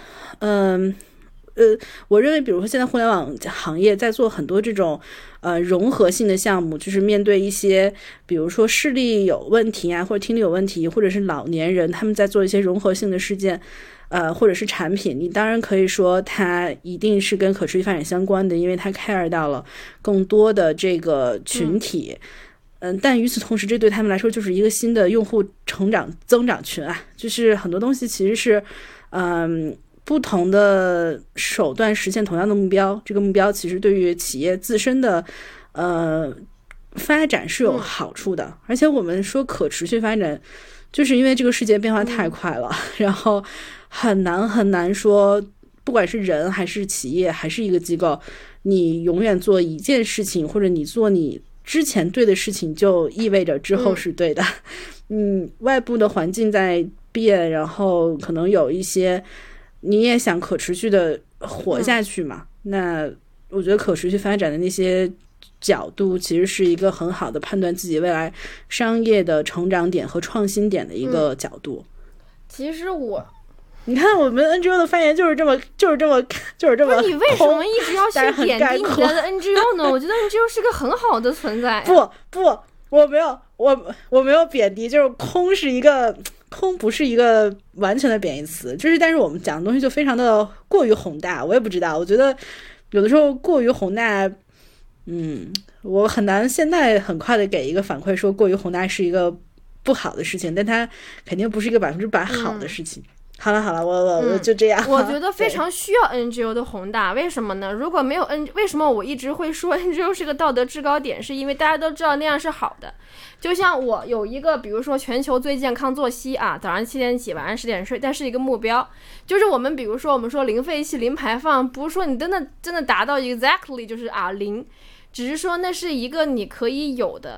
我认为比如说现在互联网行业在做很多这种融合性的项目，就是面对一些比如说视力有问题啊，或者听力有问题，或者是老年人，他们在做一些融合性的事件或者是产品，你当然可以说它一定是跟可持续发展相关的，因为它 care 到了更多的这个群体。但与此同时，这对他们来说就是一个新的用户增长群啊，就是很多东西其实是不同的手段实现同样的目标，这个目标其实对于企业自身的发展是有好处的。而且我们说可持续发展，就是因为这个世界变化太快了，然后很难说，不管是人还是企业还是一个机构，你永远做一件事情，或者你做你之前对的事情，就意味着之后是对的。外部的环境在变，然后可能有一些你也想可持续的活下去嘛，那我觉得可持续发展的那些角度其实是一个很好的判断自己未来商业的成长点和创新点的一个角度。 其实你看我们 NGO 的发言就是这么不，你为什么一直要去贬低你家的 NGO 呢？我觉得 NGO 是个很好的存在。 不，我没有贬低，就是空不是一个完全的贬义词，就是但是我们讲的东西就非常的过于宏大，我也不知道，我觉得有的时候过于宏大，我很难现在很快的给一个反馈说过于宏大是一个不好的事情，但它肯定不是一个100%好的事情。好了，我就这样。 我觉得非常需要 NGO 的宏大，为什么呢？如果没有为什么我一直会说 NGO 是个道德制高点？是因为大家都知道那样是好的。就像我有一个，比如说全球最健康作息啊，早上7点起，晚上10点睡，但是一个目标，就是我们比如说我们说零废气、零排放，不是说你真的达到 exactly 就是0，只是说那是一个你可以有的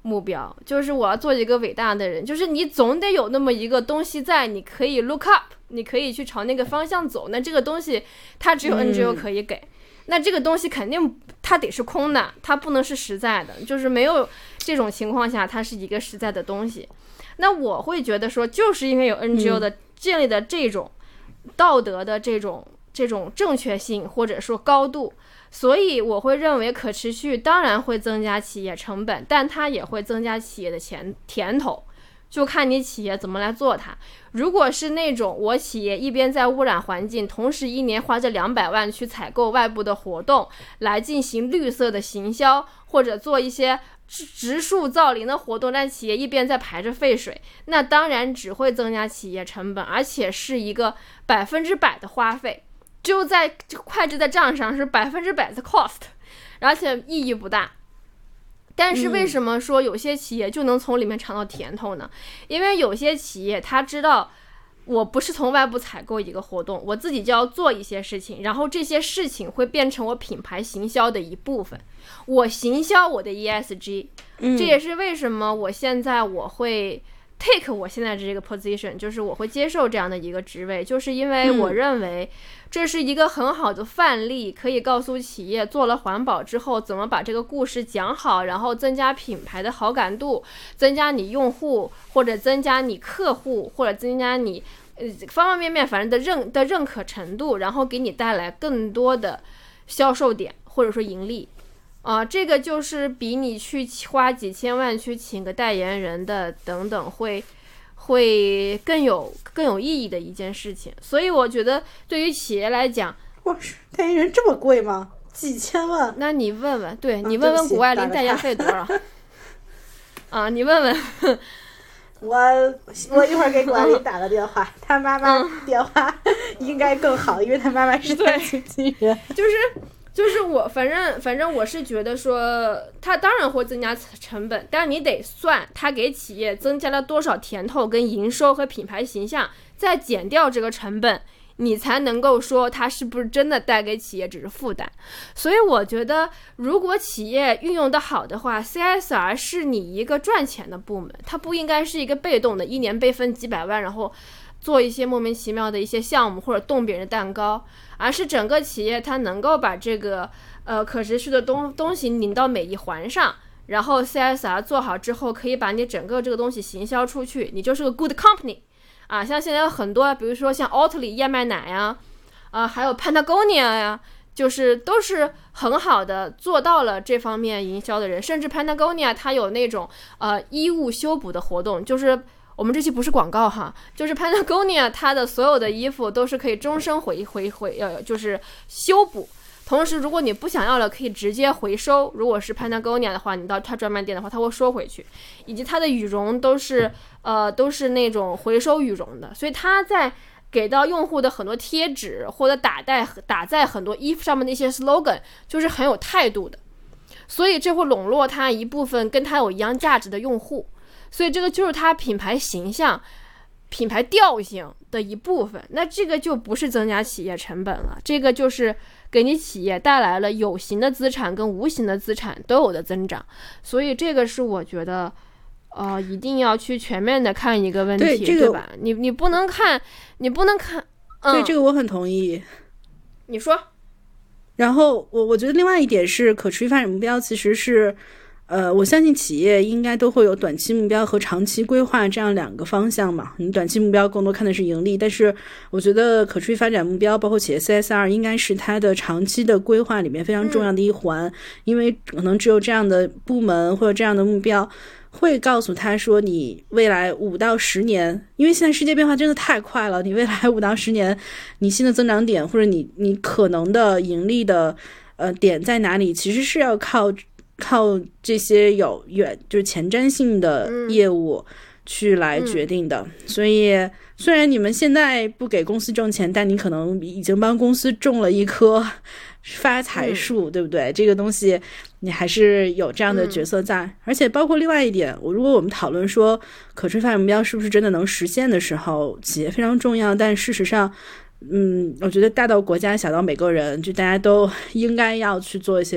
目标，就是我要做一个伟大的人，就是你总得有那么一个东西在，你可以 look up， 你可以去朝那个方向走，那这个东西它只有 NGO 可以给，那这个东西肯定它得是空的，它不能是实在的，就是没有这种情况下它是一个实在的东西。那我会觉得说，就是因为有 NGO 的建立的这种道德的这种正确性或者说高度，所以我会认为可持续当然会增加企业成本，但它也会增加企业的甜头，就看你企业怎么来做它。如果是那种我企业一边在污染环境，同时一年花这200万去采购外部的活动来进行绿色的行销，或者做一些植树造林的活动，让企业一边在排着废水，那当然只会增加企业成本，而且是一个100%的花费，就在会计的账上是100%的 cost， 而且意义不大。但是为什么说有些企业就能从里面尝到甜头呢？因为有些企业他知道我不是从外部采购一个活动，我自己就要做一些事情，然后这些事情会变成我品牌行销的一部分，我行销我的 ESG，这也是为什么我现在我会 take 我现在这个 position， 就是我会接受这样的一个职位，就是因为我认为这是一个很好的范例，可以告诉企业做了环保之后怎么把这个故事讲好，然后增加品牌的好感度，增加你用户或者增加你客户或者增加你方方面面反正的认可程度，然后给你带来更多的销售点或者说盈利。这个就是比你去花几千万去请个代言人的等等会更有意义的一件事情。所以我觉得对于企业来讲， 哇，代言人这么贵吗？几千万？ 那你问问，对，你问问谷爱凌代言费多少？你问问。 我一会儿给谷爱凌打个电话，他妈妈电话应该更好，因为他妈妈是他经纪人。 就是我反正我是觉得说，它当然会增加成本，但你得算它给企业增加了多少甜头跟营收和品牌形象，再减掉这个成本，你才能够说它是不是真的带给企业只是负担。所以我觉得如果企业运用的好的话， CSR 是你一个赚钱的部门，它不应该是一个被动的一年被分几百万然后做一些莫名其妙的一些项目或者动别人的蛋糕，而是整个企业它能够把这个可持续的东西拧到每一环上，然后 CSR 做好之后可以把你整个这个东西行销出去，你就是个 good company。像现在有很多比如说像 Oatly 燕麦奶呀，还有 Patagonia 呀，就是都是很好的做到了这方面营销的人，甚至 Patagonia 它有那种衣物修补的活动，就是我们这期不是广告哈，就是 Patagonia 它的所有的衣服都是可以终身就是修补，同时如果你不想要了可以直接回收，如果是 Patagonia 的话，你到它专卖店的话它会收回去，以及它的羽绒都是那种回收羽绒的，所以它在给到用户的很多贴纸或者打在很多衣服上面的一些 slogan 就是很有态度的，所以这会笼络它一部分跟它有一样价值的用户，所以这个就是它品牌形象品牌调性的一部分，那这个就不是增加企业成本了，这个就是给你企业带来了有形的资产跟无形的资产都有的增长，所以这个是我觉得一定要去全面的看一个问题，对吧？你不能看对，这个我很同意。 你说。 然后我觉得另外一点是可持续发展目标其实是我相信企业应该都会有短期目标和长期规划这样两个方向嘛。你短期目标更多看的是盈利，但是我觉得可持续发展目标包括企业 CSR 应该是它的长期的规划里面非常重要的一环，因为可能只有这样的部门或者这样的目标会告诉他说你未来5到10年，因为现在世界变化真的太快了，你未来5到10年你新的增长点或者你可能的盈利的点在哪里，其实是要靠这些有就是前瞻性的业务去来决定的。所以虽然你们现在不给公司挣钱，但你可能已经帮公司种了一棵发财树，对不对？这个东西你还是有这样的角色在。而且包括另外一点，如果我们讨论说可持续发展目标是不是真的能实现的时候，企业非常重要，但事实上我觉得大到国家小到每个人，就大家都应该要去做一些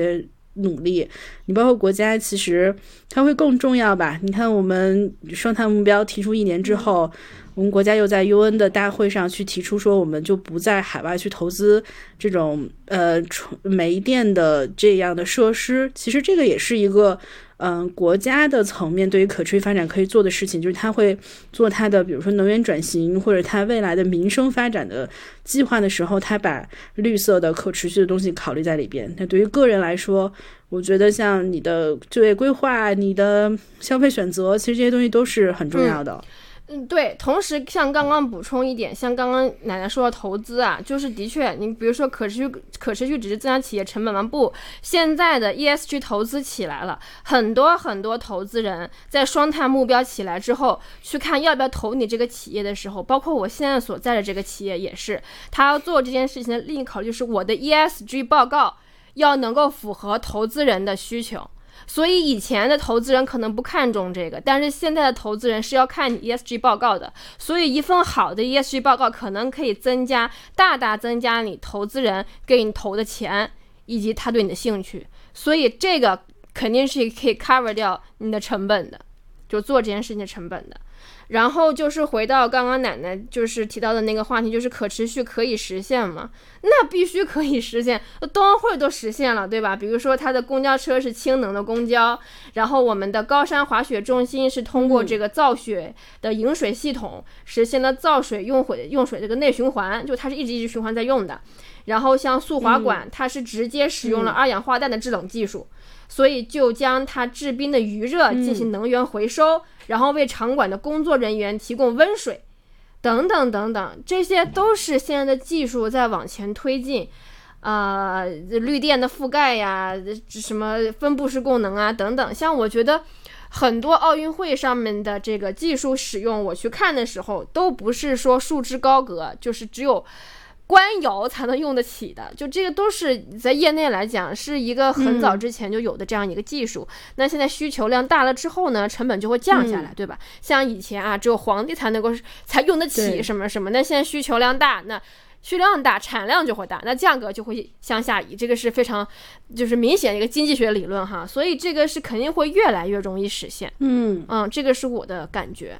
努力，你包括国家其实它会更重要吧。你看我们双碳目标提出1年之后，我们国家又在 UN 的大会上去提出说，我们就不在海外去投资这种煤电的这样的设施。其实这个也是一个国家的层面对于可持续发展可以做的事情，就是它会做它的比如说能源转型或者它未来的民生发展的计划的时候，它把绿色的可持续的东西考虑在里边。那对于个人来说，我觉得像你的就业规划、你的消费选择，其实这些东西都是很重要的。 对，同时像刚刚补充一点，像刚刚奶奶说的投资啊，就是的确，你比如说可持续只是增加企业成本吗？不，现在的 ESG 投资起来了，很多投资人在双碳目标起来之后，去看要不要投你这个企业的时候，包括我现在所在的这个企业也是，他要做这件事情的另一考虑就是我的 ESG 报告要能够符合投资人的需求。所以以前的投资人可能不看重这个，但是现在的投资人是要看你 ESG 报告的，所以一份好的 ESG 报告可能可以大大增加你投资人给你投的钱以及他对你的兴趣，所以这个肯定是可以 cover 掉你的成本的，就做这件事情的成本的。然后就是回到刚刚奶奶就是提到的那个话题，就是可持续可以实现吗？那必须可以实现，冬奥会都实现了，对吧？比如说它的公交车是氢能的公交，然后我们的高山滑雪中心是通过这个造雪的饮水系统实现了造水用水这个内循环，就它是一直循环在用的。然后像速滑馆，它是直接使用了二氧化氮的制冷技术，所以就将它制冰的余热进行能源回收，然后为场馆的工作人员提供温水，等等等等，这些都是现在的技术在往前推进。绿电的覆盖呀，什么分布式供能啊，等等。像我觉得很多奥运会上面的这个技术使用，我去看的时候，都不是说束之高阁，就是只有官窑才能用得起的，就这个都是在业内来讲是一个很早之前就有的这样一个技术。那现在需求量大了之后呢，成本就会降下来，对吧？像以前啊，只有皇帝才用得起什么什么，那现在需求量大，那需求量大，产量就会大，那价格就会向下移，这个是非常就是明显的一个经济学理论哈，所以这个是肯定会越来越容易实现。这个是我的感觉。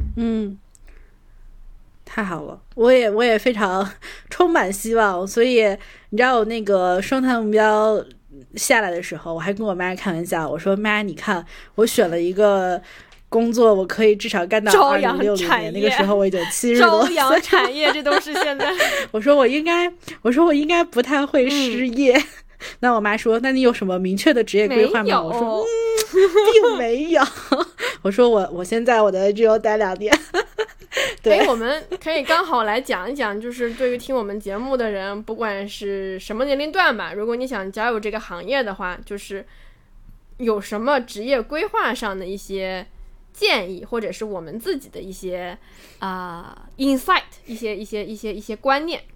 太好了，我也非常充满希望。所以你知道我那个双碳目标下来的时候，我还跟我妈开玩笑，我说妈，你看我选了一个工作，我可以至少干到2060年，那个时候我已经70多岁， 朝阳产业这都是现在。 我说我应该不太会失业。那我妈说，那你有什么明确的职业规划吗？我说并没有。我说我先在我的 NGO 待2年。对， 我们可以刚好来讲一讲，就是对于听我们节目的人，不管是什么年龄段吧，如果你想加入这个行业的话，就是有什么职业规划上的一些建议，或者是我们自己的一些insight， 一些观念。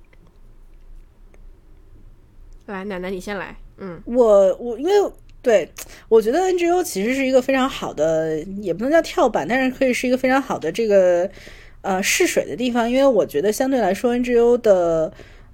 来，奶奶你先来。 我因为对，我觉得 NGO 其实是一个非常好的，也不能叫跳板，但是可以是一个非常好的这个试水的地方。因为我觉得相对来说 NGO 的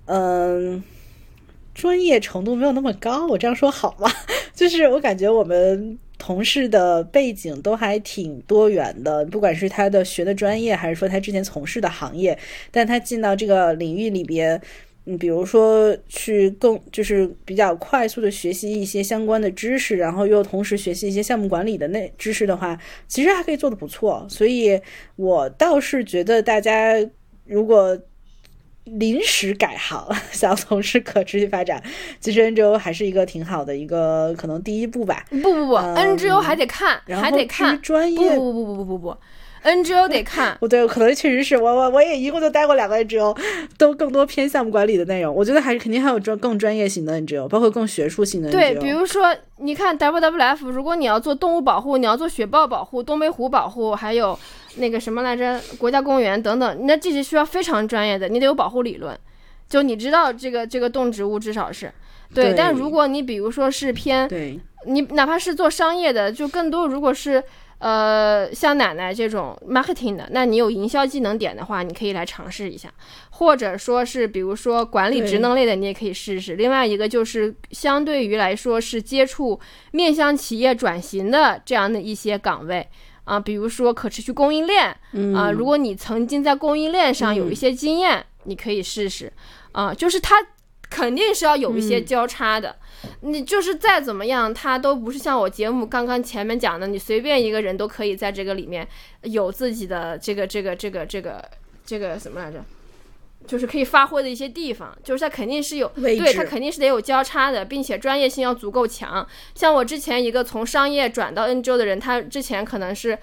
专业程度没有那么高，我这样说好吗？就是我感觉我们同事的背景都还挺多元的，不管是他的学的专业，还是说他之前从事的行业，但他进到这个领域里边，比如说去就是比较快速的学习一些相关的知识，然后又同时学习一些项目管理的知识的话，其实还可以做得不错。所以我倒是觉得大家如果临时改行想从事可持续发展，其实 NGO 还是一个挺好的一个可能第一步吧。 不，NGO 还得看，还得看专业。 不，NGO 得看。 对，可能确实是我也一共就待过2个 NGO， 都更多偏项目管理的内容。我觉得肯定还有更专业型的 NGO， 包括更学术性的 NGO。 对，比如说你看 WWF， 如果你要做动物保护，你要做雪豹保护、东北虎保护，还有那个什么来着，国家公园等等，那这些需要非常专业的，你得有保护理论，就你知道这个动植物至少是对。但如果你比如说是偏，对，你哪怕是做商业的，就更多如果是像奶奶这种 marketing 的，那你有营销技能点的话，你可以来尝试一下，或者说是比如说管理职能类的，你也可以试试。另外一个就是相对于来说是接触面向企业转型的这样的一些岗位啊，比如说可持续供应链啊，如果你曾经在供应链上有一些经验，你可以试试啊，就是它肯定是要有一些交叉的。你就是再怎么样，它都不是像我节目刚刚前面讲的，你随便一个人都可以在这个里面有自己的这个什么来着，就是可以发挥的一些地方，就是它肯定是有，对，它肯定是得有交叉的，并且专业性要足够强。像我之前一个从商业转到 NGO 的人，他之前可能是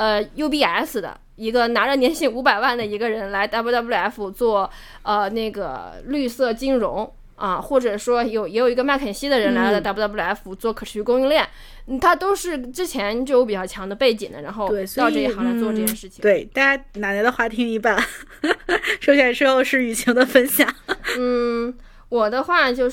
UBS 的一个拿着年薪500万的一个人来 WWF 做那个绿色金融啊，或者说也有一个麦肯锡的人来了 WWF 做可持续供应链，他都是之前就有比较强的背景的，然后到这一行来做这件事情。 对，大家奶奶的话听一半，说起来之后是雨晴的分享。 我的话就是，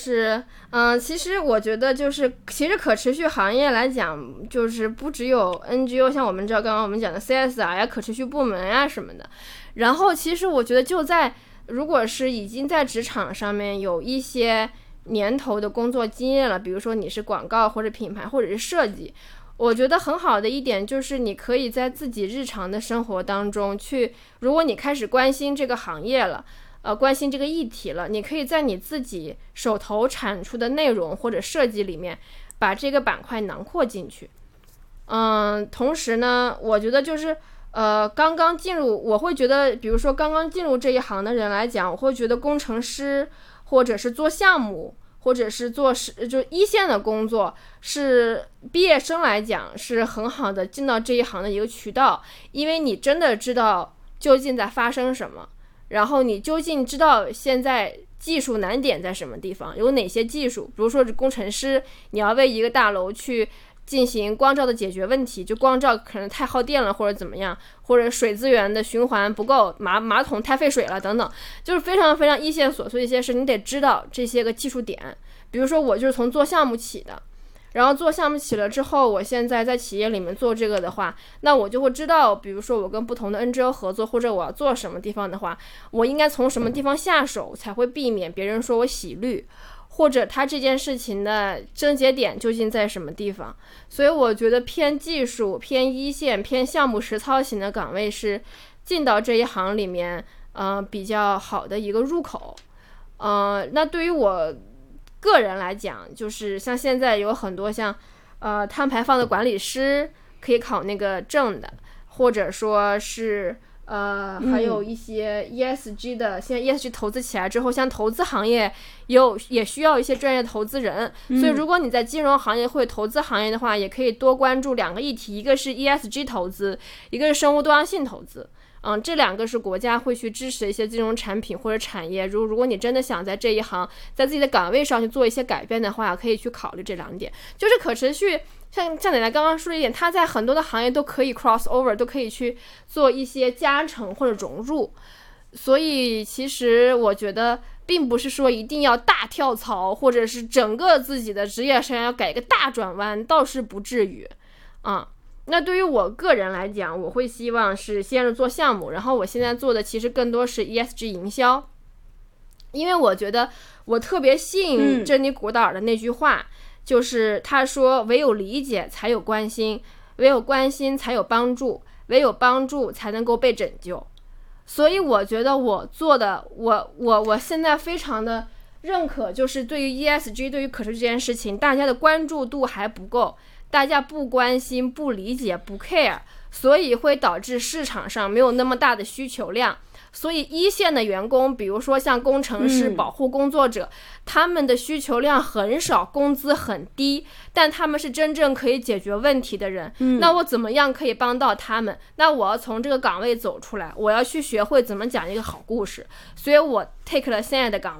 其实我觉得就是，其实可持续行业来讲，就是不只有 NGO， 像我们知道刚刚我们讲的 CSR 呀、可持续部门呀什么的。然后其实我觉得就在如果是已经在职场上面有一些年头的工作经验了，比如说你是广告或者品牌或者是设计，我觉得很好的一点就是你可以在自己日常的生活当中去，如果你开始关心这个行业了。关心这个议题了，你可以在你自己手头产出的内容或者设计里面把这个板块囊括进去。同时呢，我觉得就是刚刚进入，我会觉得比如说刚刚进入这一行的人来讲，我会觉得工程师或者是做项目或者是做就一线的工作，是毕业生来讲是很好的进到这一行的一个渠道，因为你真的知道究竟在发生什么，然后你究竟知道现在技术难点在什么地方，有哪些技术，比如说是工程师，你要为一个大楼去进行光照的解决问题，就光照可能太耗电了或者怎么样，或者水资源的循环不够，马桶太费水了等等，就是非常非常一线琐碎的一些事，你得知道这些个技术点。比如说我就是从做项目起的，然后做项目起了之后，我现在在企业里面做这个的话，那我就会知道，比如说我跟不同的 NGO 合作，或者我要做什么地方的话，我应该从什么地方下手，才会避免别人说我洗绿，或者他这件事情的症结点究竟在什么地方。所以我觉得偏技术、偏一线、偏项目实操型的岗位是进到这一行里面比较好的一个入口。那对于我个人来讲，就是像现在有很多像碳排放的管理师可以考那个证的，或者说是还有一些 ESG 的，现在 ESG 投资起来之后，像投资行业也需要一些专业投资人，所以如果你在金融行业或者投资行业的话，也可以多关注两个议题，一个是 ESG 投资，一个是生物多样性投资。这两个是国家会去支持的一些金融产品或者产业，如果你真的想在这一行在自己的岗位上去做一些改变的话，可以去考虑这两点。就是可持续像奶奶刚刚说的一点，它在很多的行业都可以 cross over， 都可以去做一些加成或者融入。所以其实我觉得并不是说一定要大跳槽，或者是整个自己的职业生涯要改一个大转弯，倒是不至于那对于我个人来讲，我会希望是先是做项目，然后我现在做的其实更多是 ESG 营销，因为我觉得我特别信珍妮古道尔的那句话，就是他说唯有理解才有关心，唯有关心才有帮助，唯有帮助才能够被拯救。所以我觉得我做的我现在非常的认可，就是对于 ESG 对于可持续这件事情，大家的关注度还不够，大家不关心、不理解、不 care， 所以会导致市场上没有那么大的需求量。所以一线的员工，比如说像工程师、保护工作者，他们的需求量很少，工资很低，但他们是真正可以解决问题的人。那我怎么样可以帮到他们？那我要从这个岗位走出来，我要去学会怎么讲一个好故事。所以我 take 了现在的岗位，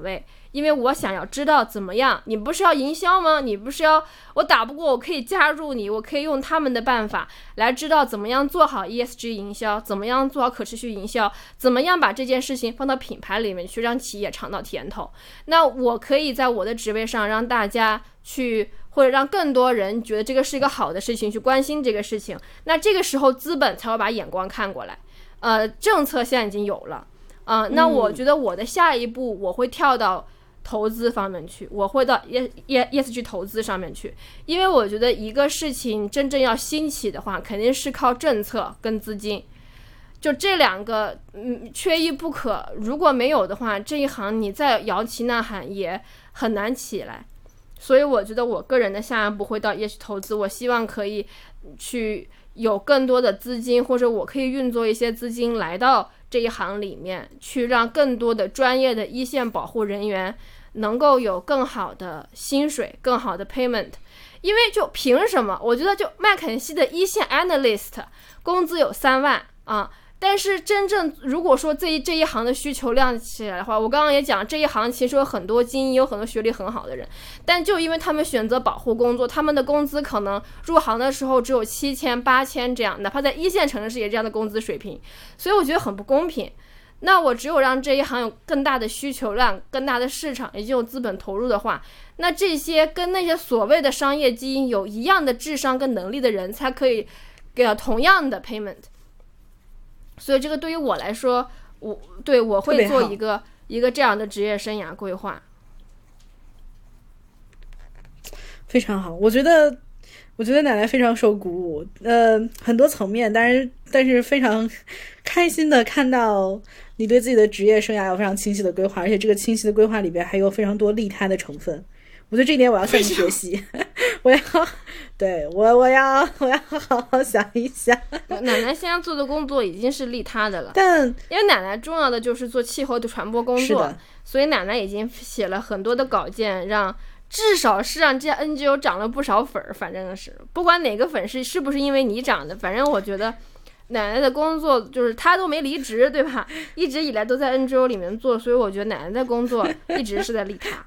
因为我想要知道怎么样。你不是要营销吗？你不是要我打不过我可以加入你，我可以用他们的办法来知道怎么样做好 ESG 营销，怎么样做好可持续营销，怎么样把这件事情放到品牌里面去，让企业尝到甜头。那我可以在我的职位上让大家去，或者让更多人觉得这个是一个好的事情，去关心这个事情。那这个时候资本才会把眼光看过来。政策现在已经有了。那我觉得我的下一步我会跳到投资方面去，我会到 ESG 投资上面去，因为我觉得一个事情真正要兴起的话，肯定是靠政策跟资金，就这两个缺一不可。如果没有的话，这一行你再摇旗呐喊也很难起来。所以我觉得我个人的下一步会到 ESG 投资，我希望可以去有更多的资金，或者我可以运作一些资金来到这一行里面，去让更多的专业的一线保护人员能够有更好的薪水，更好的 payment。 因为就凭什么我觉得就麦肯锡的一线 analyst 工资有3万啊，但是真正如果说这一行的需求量起来的话，我刚刚也讲这一行其实有很多精英，有很多学历很好的人，但就因为他们选择保护工作，他们的工资可能入行的时候只有7000、8000这样，哪怕在一线城市也这样的工资水平，所以我觉得很不公平。那我只有让这一行有更大的需求量，更大的市场，以及有资本投入的话，那这些跟那些所谓的商业基因有一样的智商跟能力的人才可以给到同样的 payment。所以这个对于我来说，我会做一个这样的职业生涯规划。 非常好，我觉得奶奶非常受鼓舞，很多层面，但是非常开心的看到你对自己的职业生涯有非常清晰的规划，而且这个清晰的规划里边还有非常多利他的成分。我觉得这一点我要向你学习，我要好好想一想。 奶奶现在做的工作已经是利他的了， 但因为奶奶重要的就是做气候的传播工作，所以奶奶已经写了很多的稿件，至少是让这些 NGO 涨了不少粉儿。反正是不管哪个粉是不是因为你涨的，反正我觉得奶奶的工作就是她都没离职，对吧？一直以来都在 NGO 里面做，所以我觉得奶奶的工作一直是在利他。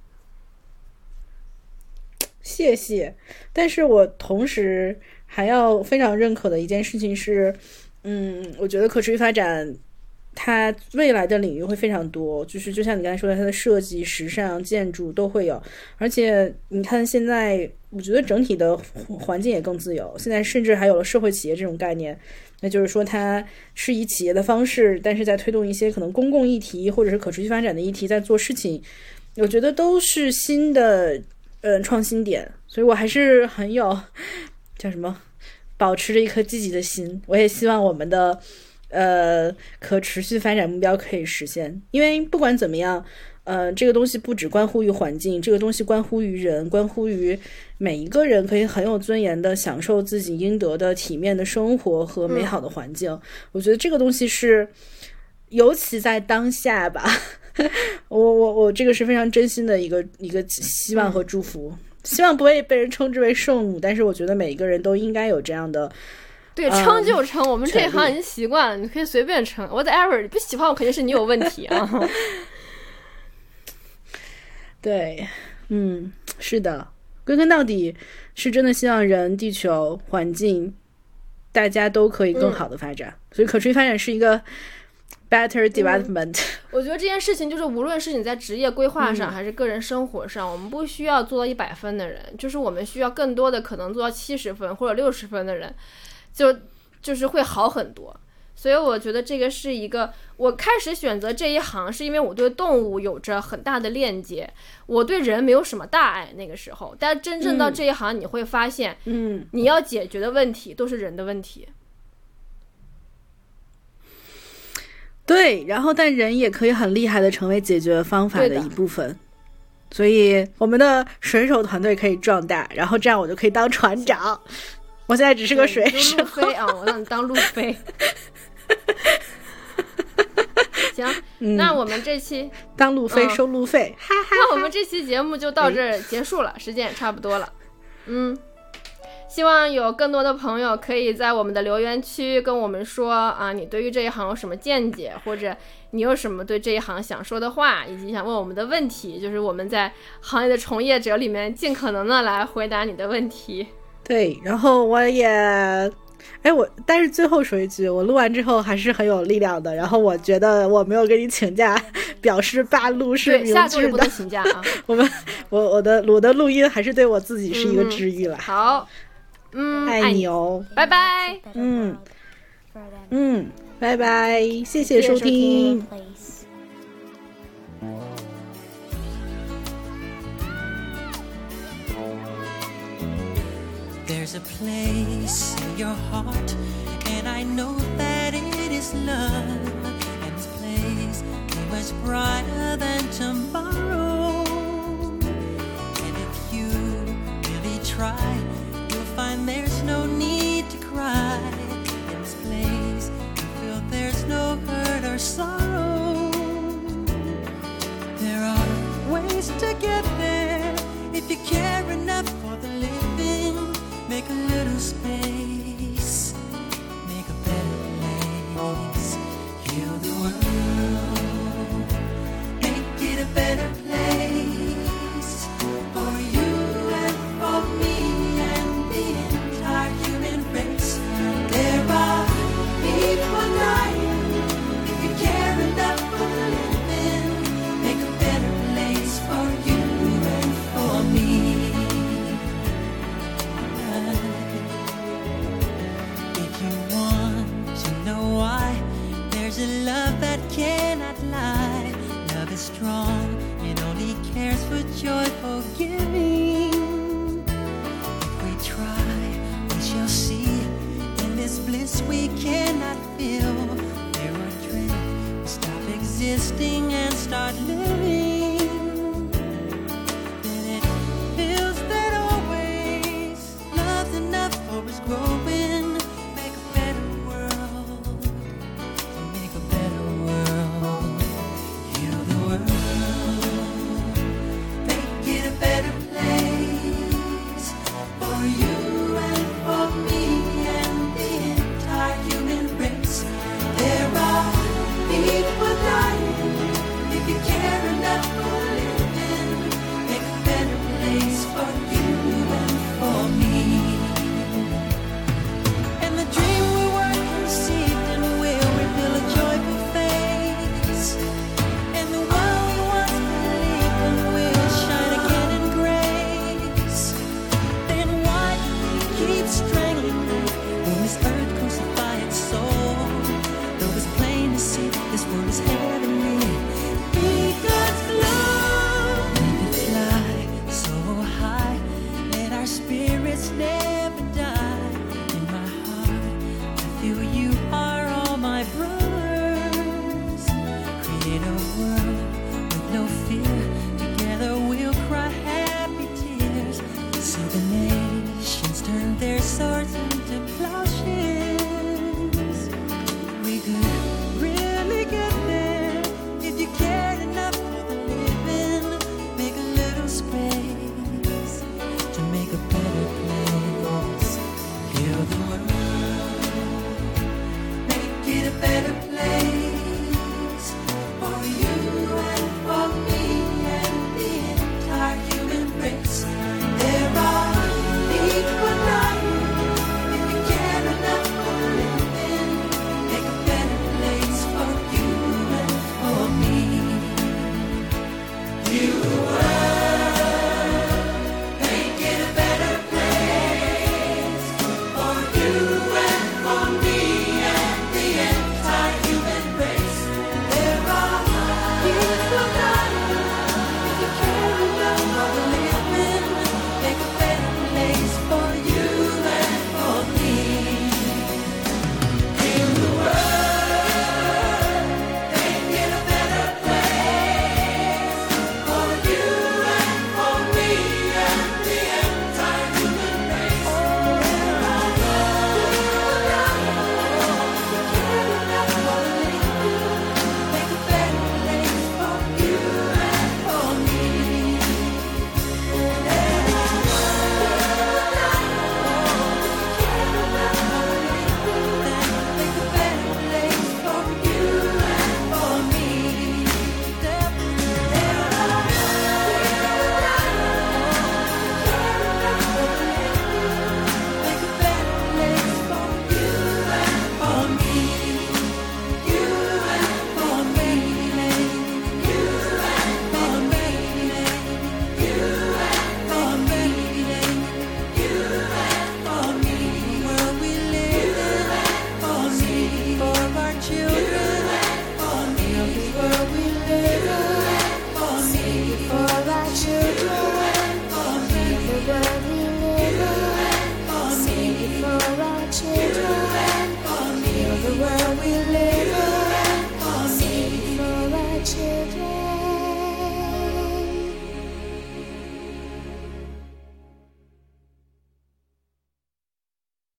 谢谢。但是我同时还要非常认可的一件事情是，我觉得可持续发展它未来的领域会非常多，就是就像你刚才说的，它的设计、时尚、建筑都会有。而且你看现在我觉得整体的环境也更自由，现在甚至还有了社会企业这种概念，那就是说它是以企业的方式，但是在推动一些可能公共议题或者是可持续发展的议题在做事情，我觉得都是新的创新点。所以我还是很有叫什么保持着一颗积极的心，我也希望我们的可持续发展目标可以实现。因为不管怎么样这个东西不只关乎于环境，这个东西关乎于人，关乎于每一个人可以很有尊严的享受自己应得的体面的生活和美好的环境。我觉得这个东西是尤其在当下吧我这个是非常真心的一个希望和祝福，希望不会被人称之为圣母，但是我觉得每一个人都应该有这样的对，称就称，我们这一行已经习惯了，你可以随便称 whatever， 你不喜欢我肯定是你有问题啊对，是的，归根到底是真的希望人、地球、环境大家都可以更好的发展，所以可持续发展是一个 better development。 我觉得这件事情就是无论是你在职业规划上还是个人生活上，我们不需要做到100分的人，就是我们需要更多的可能做到70分或者60分的人，就是会好很多。所以我觉得这个是一个，我开始选择这一行是因为我对动物有着很大的链接，我对人没有什么大爱那个时候，但真正到这一行你会发现你要解决的问题都是人的问题。 对，然后但人也可以很厉害的成为解决方法的一部分，所以我们的水手团队可以壮大，然后这样我就可以当船长。我现在只是个水手， 路飞啊，我让你当路飞行，那我们这期当路飞收路费那我们这期节目就到这儿结束了，时间也差不多了。 希望有更多的朋友可以在我们的留言区跟我们说啊，你对于这一行有什么见解，或者你有什么对这一行想说的话，以及想问我们的问题，就是我们在行业的从业者里面尽可能的来回答你的问题。 对，然后我也但是最后说一句，我录完之后还是很有力量的。然后我觉得我没有跟你请假，表示罢录是明智的。 下周也不能请假啊。 我的录音还是对我自己是一个治愈了。 好， 爱你哦， 拜拜。 拜拜，谢谢收听。 There's a place in your heart, and I know that it is love. And this place is much brighter than tomorrow. And if you really try, you'll find there's no need to cry. In this place, you feel there's no hurt or sorrow. There are ways to get there if you care enough for the living. Make a little space, make a better place. Heal the world, make it a better place for you and for me and the entire human race. There are people dying. If you care enough for the living, make a better place for you and for me. There's a love that cannot lie. Love is strong, it only cares for joyful giving. If we try, we shall see. In this bliss we cannot feel. Fear or dread will stop existing and start living. Then it feels that always love's enough for us growing. Make a better world, make a better world. Heal the world, make it a better place for you and for me and the entire human race. There are people dying. If you care enough for living, make a better place for you and for me. And the dream we were conceived in will reveal a joyful face. And the one we once believed in will shine again in grace. Then why do we keep strangling when this earth crucify its soul? Though it's plain to see this world is heavenly. Be God's love, make it fly so high. Let our spirits never die. In my heart, I feel you are all my brothers. Create a world with no fear. Together we'll cry happy tears. See the nations turn their swords